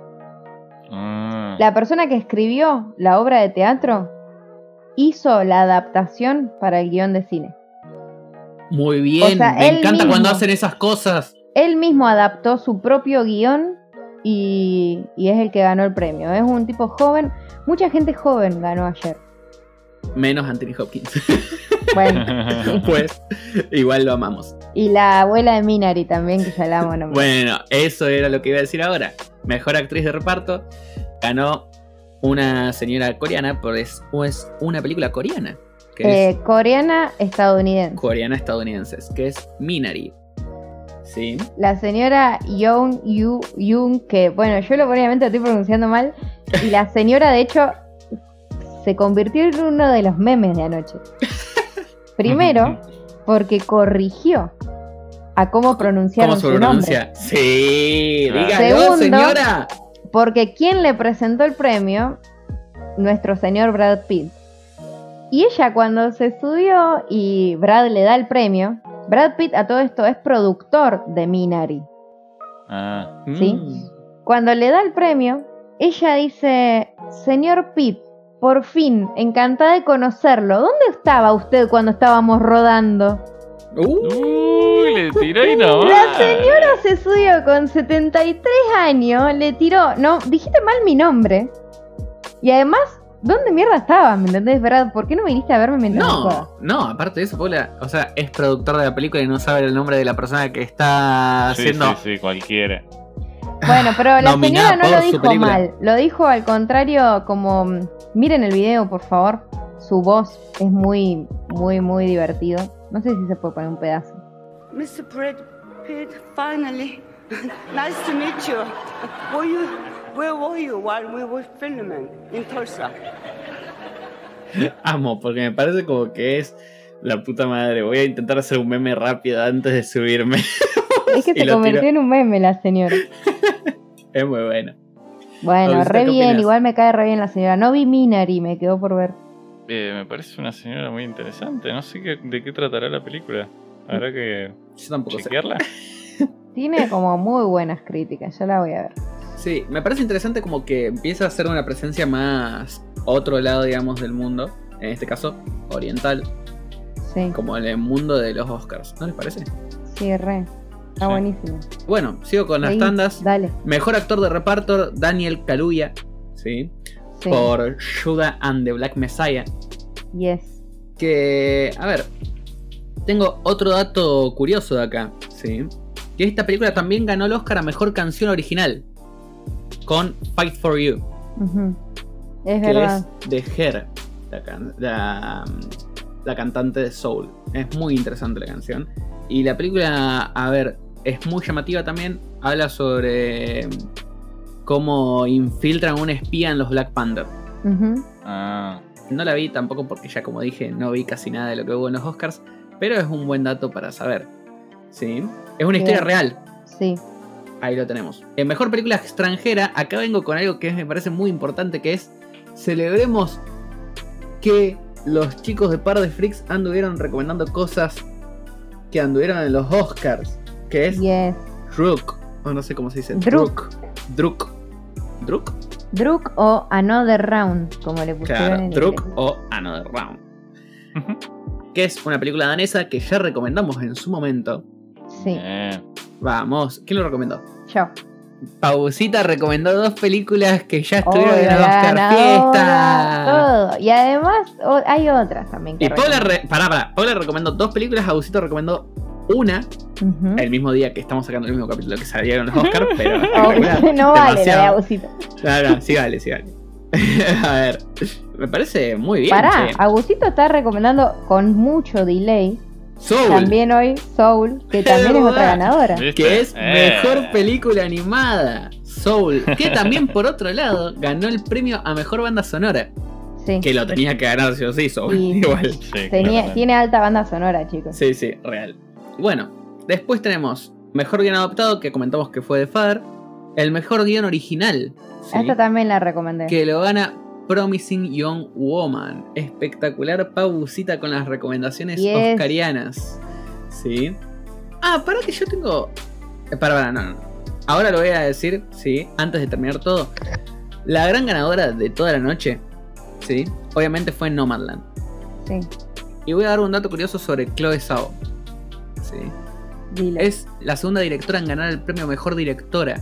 Ah, La persona que escribió la obra de teatro hizo la adaptación para el guión de cine. Muy bien. O sea, Me él encanta mismo. cuando hacen esas cosas. Él mismo adaptó su propio guión y, y es el que ganó el premio. Es un tipo joven. Mucha gente joven ganó ayer. Menos Anthony Hopkins. Bueno, Pues igual lo amamos. y la abuela de Minari también, que ya la amo nomás. Bueno, eso era lo que iba a decir ahora. Mejor actriz de reparto. Ganó una señora coreana, porque es, es una película coreana. Que Eh, es coreana estadounidense. coreana estadounidense. Que es Minari. Sí. La señora Young Yu Young, que bueno, yo lo obviamente lo estoy pronunciando mal. Y la señora, de hecho, se convirtió en uno de los memes de anoche. Primero, porque corrigió a cómo pronunciaron ¿Cómo se su pronuncia? nombre. Sí, Claro. dígalo, Segundo, señora. Porque quien le presentó el premio, nuestro señor Brad Pitt. Y ella cuando se subió y Brad le da el premio, Brad Pitt a todo esto es productor de Minari. ah. ¿Sí? Mm. Cuando le da el premio, ella dice, señor Pitt, por fin, encantada de conocerlo. ¿Dónde estaba usted cuando estábamos rodando? Uh, Uy, le tiró y no. La señora se subió con setenta y tres años, le tiró, no, dijiste mal mi nombre. Y además, ¿dónde mierda estabas? ¿Me entendés, Brad? ¿Por qué no viniste a verme mientras me jugaba? no, no, aparte de eso, Paula, o sea, es productor de la película y no sabe el nombre de la persona que está Sí, haciendo. sí, sí, cualquiera. Bueno, pero la Nominada señora no por lo su dijo película. mal. Lo dijo al contrario, como miren el video, por favor. Su voz es muy, muy, muy divertido. No sé si se puede poner un pedazo. mister Brad Pitt, finally. Nice to meet you. Were you, where were you while we were filming in Tulsa? Amo, porque me parece como que es la puta madre. Voy a intentar hacer un meme rápido antes de subirme. Es que Y se lo convirtió tiro. en un meme la señora. Es muy bueno. Bueno, Augusita, re ¿qué bien, opinas? igual me cae re bien la señora. No vi Minari, me quedó por ver. Eh, me parece una señora muy interesante. No sé qué, de qué tratará la película. Habrá que Yo tampoco sé. chequearla. Tiene como muy buenas críticas, yo la voy a ver. Sí, me parece interesante como que empieza a ser una presencia más otro lado, digamos, del mundo. En este caso, oriental. Sí, Como el mundo de los Oscars. ¿No les parece? sí, re. Está Sí. buenísimo. Bueno, sigo con las Seguí, tandas. Dale. Mejor actor de reparto, Daniel Kaluuya. ¿Sí? Sí. Por Judas and the Black Messiah. Yes. Que, a ver, tengo otro dato curioso de acá, ¿sí? Que esta película también ganó el Oscar a Mejor Canción Original con Fight For You, Ujú. Es que verdad. es de Her, la, can- la, la cantante de Soul. Es muy interesante la canción. Y la película, a ver, es muy llamativa también. Habla sobre cómo infiltran a un espía en los Black Panther. Ujú. Ah, No la vi tampoco porque ya como dije no vi casi nada de lo que hubo en los Oscars, pero es un buen dato para saber. ¿Sí? Es una historia Bien. real. Sí. Ahí lo tenemos. En mejor película extranjera, acá vengo con algo que me parece muy importante, que es celebremos que los chicos de Par de Freaks anduvieron recomendando cosas que anduvieron en los Oscars, que es Yes. Druk, o no sé cómo se dice. Druk. Druk. Druk. Druk o Another Round, como le pusieron Claro, en Druk inglés. o Another Round. Que es una película danesa que ya recomendamos en su momento. Sí, eh, Vamos, ¿quién lo recomendó? yo. Pausita recomendó dos películas que ya estuvieron Obvio, en la la Oscar ganadora, Fiesta. todo. Y además o- hay otras también que Y Paula, recomiendo. re- pará, pará, Paula recomendó dos películas, Agusito recomendó una, Ujú. el mismo día que estamos sacando el mismo capítulo que salieron los Oscars, pero Oh, espectacular, no vale la de demasiado. Agusito. No, no, sí vale, sí vale. A ver, me parece muy bien. Pará, che. Agusito está recomendando con mucho delay Soul, también hoy Soul, que también es otra verdad. ganadora. ¿viste? que es Eh. mejor película animada. Soul, que también por otro lado ganó el premio a mejor banda sonora. Sí. Que lo tenía que ganar sí o sí, Soul. Sí. Igual. Sí, Tenía, claramente. tiene alta banda sonora, chicos. Sí, sí, real. Bueno, después tenemos mejor guión adaptado, que comentamos que fue de Father. El mejor guión original, ¿sí? Esta también la recomendé. Que lo gana Promising Young Woman. Espectacular, Pausita con las recomendaciones Yes. oscarianas. ¿Sí? Ah, para que yo tengo. Eh, para, para, no, no. Ahora lo voy a decir, sí, antes de terminar todo. La gran ganadora de toda la noche, ¿sí? Obviamente fue Nomadland. Sí, Y voy a dar un dato curioso sobre Chloe Zhao. ¿Sí? dilo. Es la segunda directora en ganar el premio Mejor Directora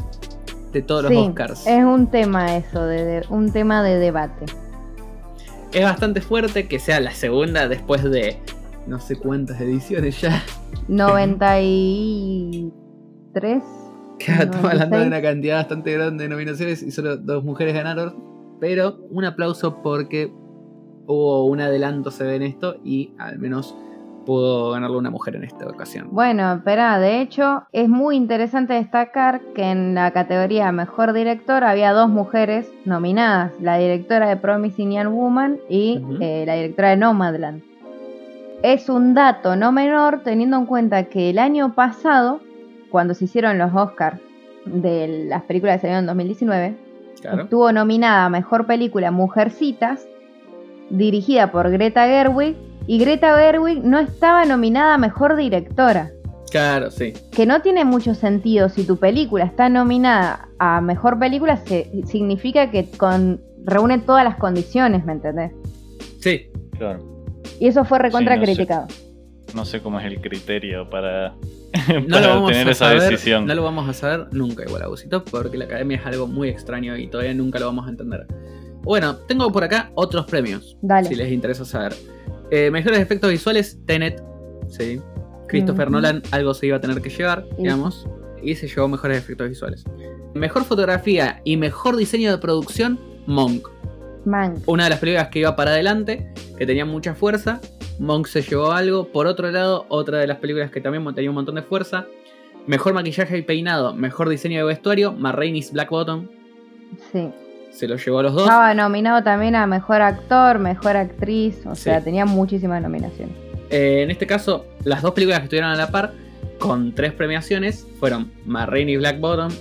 de todos los Sí, Oscars. es un tema eso, de, de- un tema de debate. Es bastante fuerte que sea la segunda después de no sé cuántas ediciones ya. noventa y tres. Claro, estamos hablando de noventa y seis. una cantidad bastante grande de nominaciones y solo dos mujeres ganaron. Pero un aplauso porque hubo un adelanto, se ve en esto, y al menos pudo ganarlo una mujer en esta ocasión. Bueno, espera, de hecho es muy interesante destacar que en la categoría Mejor Director había dos mujeres nominadas, la directora de Promising Young Woman y Ujú. eh, la directora de Nomadland. Es un dato no menor teniendo en cuenta que el año pasado, cuando se hicieron los Oscars de las películas que salieron en dos mil diecinueve, Claro. estuvo nominada a Mejor Película Mujercitas, dirigida por Greta Gerwig, y Greta Gerwig no estaba nominada a Mejor Directora. Claro, sí. Que no tiene mucho sentido. Si tu película está nominada a Mejor Película, se, significa que con, reúne todas las condiciones, ¿me entendés? Sí. Claro. Y eso fue recontra Sí, no sé. criticado. No sé cómo es el criterio para, No para lo vamos tener a esa saber, decisión. no lo vamos a saber nunca igual, Agusito, porque la academia es algo muy extraño y todavía nunca lo vamos a entender. Bueno, tengo por acá otros premios, Dale. si les interesa saber. Eh, mejores efectos visuales, Tenet, sí. Christopher Ujú. Nolan algo se iba a tener que llevar, Sí. digamos, y se llevó mejores efectos visuales. Mejor fotografía y mejor diseño de producción, Monk. Man. Una de las películas que iba para adelante, que tenía mucha fuerza. Monk se llevó algo. Por otro lado, otra de las películas que también tenía un montón de fuerza. Mejor maquillaje y peinado, mejor diseño de vestuario, Ma Rainey's Black Bottom. Sí. Se lo llevó a los dos. Estaba nominado también a mejor actor, mejor actriz. O Sí. sea, tenía muchísimas nominaciones. Eh, en este caso, las dos películas que estuvieron a la par, con tres premiaciones, fueron Ma Rainey's Black Bottom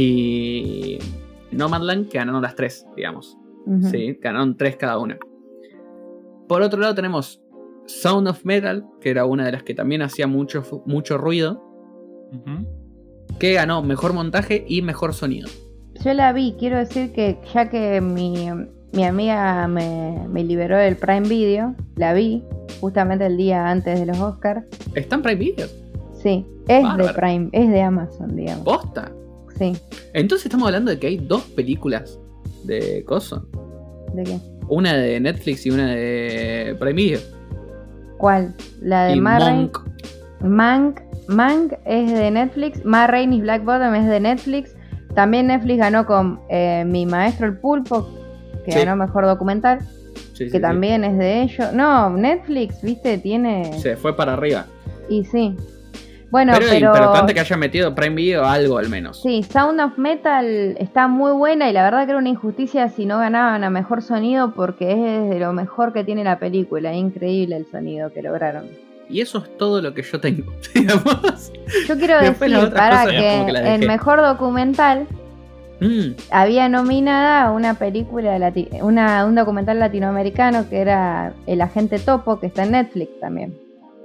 y Nomadland, que ganaron las tres, digamos. Ujú. Sí, ganaron tres cada una. Por otro lado tenemos Sound of Metal, que era una de las que también hacía mucho, fu- mucho ruido, Ujú. que ganó mejor montaje y mejor sonido. Yo la vi, quiero decir que ya que mi, mi amiga me, me liberó el Prime Video, la vi justamente el día antes de los Oscars. ¿Está en Prime Video? Sí, es Bárbaro. de Prime, es de Amazon, digamos. ¿Posta? Sí, Entonces estamos hablando de que hay dos películas de Coso. ¿de qué? Una de Netflix y una de Prime Video. ¿Cuál? La de Y Ma Rainey. Monk. Mank, Mank es de Netflix, Ma Rainey's Black Bottom es de Netflix. También Netflix ganó con eh, Mi Maestro el Pulpo, que Sí. ganó mejor documental, Sí, sí, que sí. también es de ellos. No, Netflix, viste, tiene... Se fue para arriba. Y sí. Bueno, pero, pero... pero tanto que haya metido Prime Video algo al menos. Sí, Sound of Metal está muy buena y la verdad que era una injusticia si no ganaban a mejor sonido porque es de lo mejor que tiene la película. Increíble el sonido que lograron. Y eso es todo lo que yo tengo, digamos. Yo quiero Después las decir, otras para cosas que, como que las en dejé. mejor documental Mm, había nominada a una película, lati- una, un documental latinoamericano que era El Agente Topo, que está en Netflix también.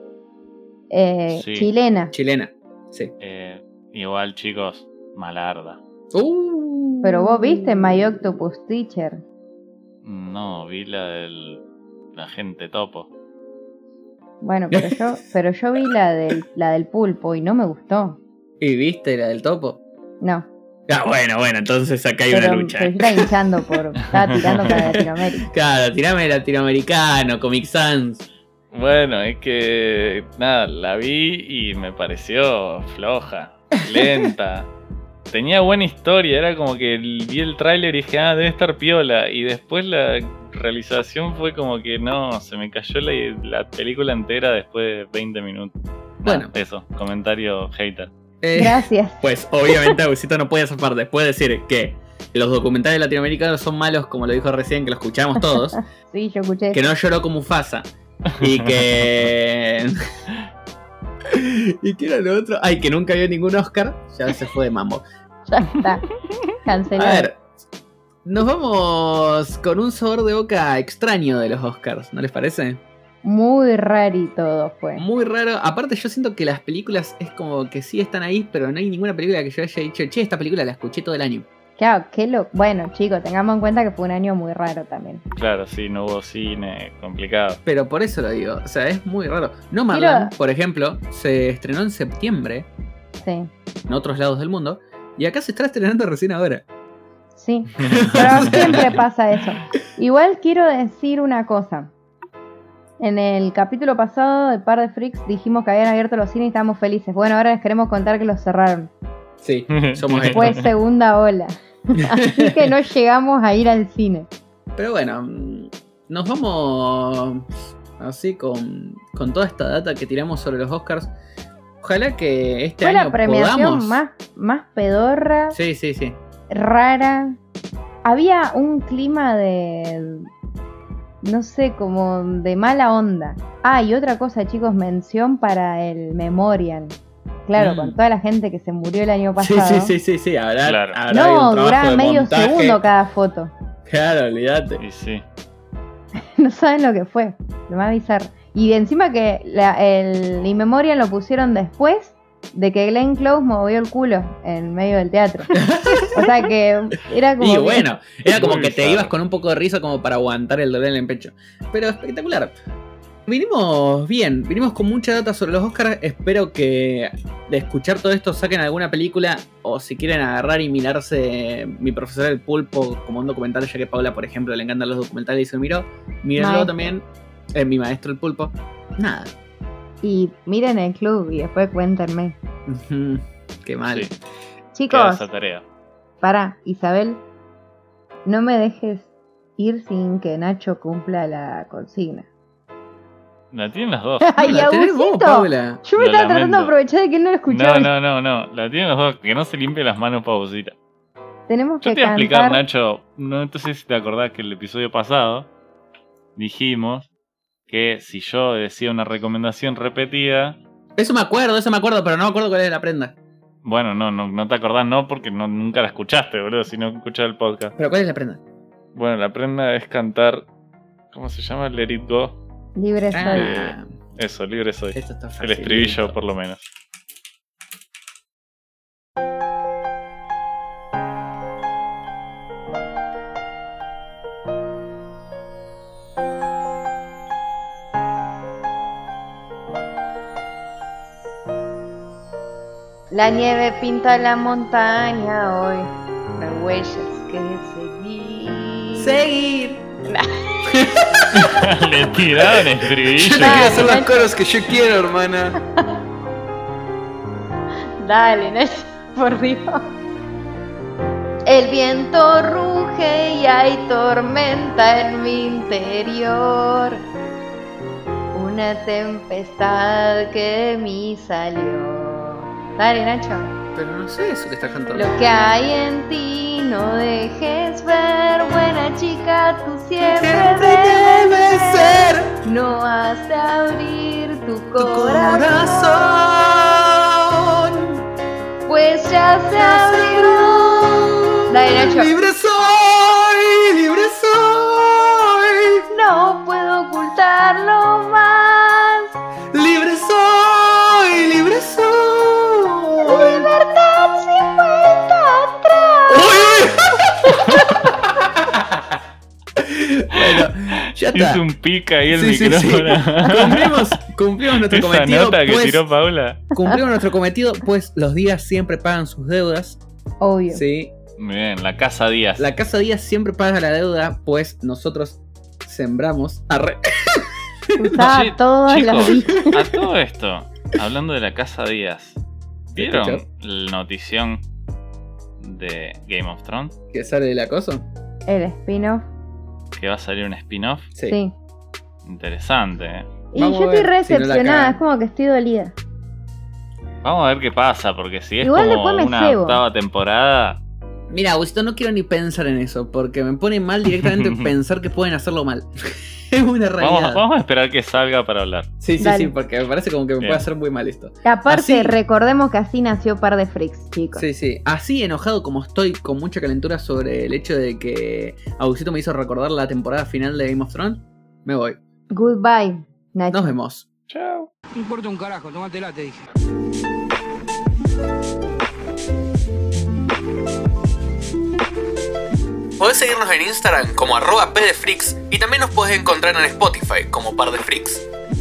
Eh, Sí. Chilena. chilena, sí. Eh, igual, chicos, malarda. Uh. Pero vos viste My Octopus Teacher. No, vi la del la gente topo. Bueno, pero yo, pero yo vi la del, la del pulpo y no me gustó. ¿Y viste la del topo? No. Ah, bueno, bueno, entonces acá hay Pero, una lucha. pero yo estaba hinchando por. Estaba tirando para Latinoamérica. Claro, tirame latinoamericano, Comic Sans. Bueno, es que nada, la vi y me pareció floja, lenta. Tenía buena historia, era como que el- vi el tráiler y dije, ah, debe estar piola. Y después la realización fue como que no, se me cayó la, la película entera después de veinte minutos. Nada, Bueno. eso, comentario hater. Eh, Gracias. Pues obviamente Agusito no puede zafar después de decir que los documentales latinoamericanos son malos, como lo dijo recién, que lo escuchamos todos. Sí, yo escuché. Que no lloró como Mufasa. Y que... ¿Y qué era lo otro? Ay, que nunca vio ningún Oscar. Ya se fue de mambo. Ya está. A Cancelado. ver, nos vamos con un sabor de boca extraño de los Oscars, ¿no les parece? Muy raro todo fue. Muy raro. Aparte yo siento que las películas es como que sí están ahí, pero no hay ninguna película que yo haya dicho, che, esta película la escuché todo el año. Claro, qué lo. Bueno, chicos, tengamos en cuenta que fue un año muy raro también. Claro, sí, no hubo cine, complicado. Pero por eso lo digo, o sea, es muy raro. Nomadland, por ejemplo, se estrenó en septiembre Sí, en otros lados del mundo, y acá se está estrenando recién ahora. sí. Pero siempre pasa eso. Igual quiero decir una cosa. En el capítulo pasado de Par de Freaks dijimos que habían abierto los cines y estábamos felices. Bueno, ahora les queremos contar que los cerraron. Sí, somos Fue estos. segunda ola. Así que no llegamos a ir al cine. Pero bueno, mm, nos vamos así con, con toda esta data que tiramos sobre los Oscars. Ojalá que este Fue año la premiación podamos... más, más pedorra, Sí, sí, sí. rara. Había un clima de... No sé, como de mala onda. Ah, y otra cosa, chicos, mención para el Memorial. Claro, Mm. con toda la gente que se murió el año Sí, pasado. sí, sí, sí, sí. Habrá, Claro. habrá No, habido un trabajo duraba de medio montaje. segundo cada foto. Claro, olvídate. Y sí. No saben lo que fue. Lo más bizarro. Y encima que la, el In Memoriam lo pusieron después de que Glenn Close movió el culo en medio del teatro. O sea que era como... Y que- bueno, era como Muy que te bizarro. ibas con un poco de risa como para aguantar el dolor en el pecho. Pero espectacular. Vinimos bien, vinimos con mucha data sobre los Oscars. Espero que de escuchar todo esto saquen alguna película o si quieren agarrar y mirarse Mi Profesor el Pulpo como un documental, ya que Paula, por ejemplo, le encantan los documentales y se lo miró. Mírenlo Maestro. también, eh, Mi Maestro el Pulpo. Nada. Y miren el club y después cuéntenme. Ujú, qué mal. Sí, queda Chicos, esa tarea. Pará, Isabel, no me dejes ir sin que Nacho cumpla la consigna. La tienen las dos. Ay, La tenés vos, Agusito, Paula. yo me Lo estaba tratando lamento. de aprovechar de que él no lo escuchaba. No, no, no, no. La tienen las dos. Que no se limpie las manos, Pausita. Tenemos Yo que te voy a explicar, cantar. Nacho. No sé si te acordás que el episodio pasado dijimos que si yo decía una recomendación repetida. Eso me acuerdo, eso me acuerdo, pero no me acuerdo cuál es la prenda. Bueno, no, no, no te acordás, no, porque no, nunca la escuchaste, boludo, si no escuchás el podcast. Pero ¿cuál es la prenda? Bueno, la prenda es cantar. ¿Cómo se llama? Let It Go. Libre soy. Ah, Eso, libre soy. esto está fácil. El estribillo, por lo menos. La nieve pinta la montaña hoy. No hay huellas que seguir. Seguir. Le tiraron Yo estribillo. te quiero hacer los coros que yo quiero, hermana. Dale, Nacho, por Dios. El viento ruge y hay tormenta en mi interior. Una tempestad que de mí salió. Dale, Nacho. Pero no sé eso que estás cantando. Lo que hay en ti no dejes ver. Buena chica, tú siempre Siempre debes debe ser. ser No has de abrir tu tu corazón, corazón. pues ya se abrió. Dale, Nacho. Libre soy, libre soy. No puedo ocultarlo más. Libre soy, libre soy. Libertad sin vuelta atrás. Bueno, ya está. Hizo un pica ahí el Sí, sí, sí. micrófono. Cumplimos, cumplimos nuestro Esa cometido. nota que Pues, tiró Paula. cumplimos nuestro cometido, pues los días siempre pagan sus deudas. Obvio. Sí. Muy bien, la casa Díaz. La casa Díaz siempre paga la deuda, pues nosotros sembramos. Arre. Usaba Che, todas chicos, las días. a todo esto, hablando de la casa Díaz, ¿vieron escucho? la notición de Game of Thrones? ¿Que sale del acoso? El spin-off. Que va a salir un spin-off. Sí. Sí. Interesante, ¿eh? Y Vamos yo a estoy ver si no la recepcionada, cagan. es como que estoy dolida. Vamos a ver qué pasa, porque si es Igual como después me una cebo. octava temporada, Mira, Agusito, no quiero ni pensar en eso, porque me pone mal directamente pensar que pueden hacerlo mal. Es una realidad. vamos, vamos a esperar que salga para hablar. Sí, sí, Dale. sí, porque me parece como que me Bien. puede hacer muy mal esto. Aparte, Así- recordemos que así nació Par de Freaks, chicos. Sí, sí. Así enojado como estoy, con mucha calentura sobre el hecho de que Agusito me hizo recordar la temporada final de Game of Thrones, me voy. Goodbye, Nacho. Nos vemos. Chao. No importa un carajo, tómatela, te dije. Podés seguirnos en Instagram como arroba pdfreaks y también nos podés encontrar en Spotify como Par de Freaks.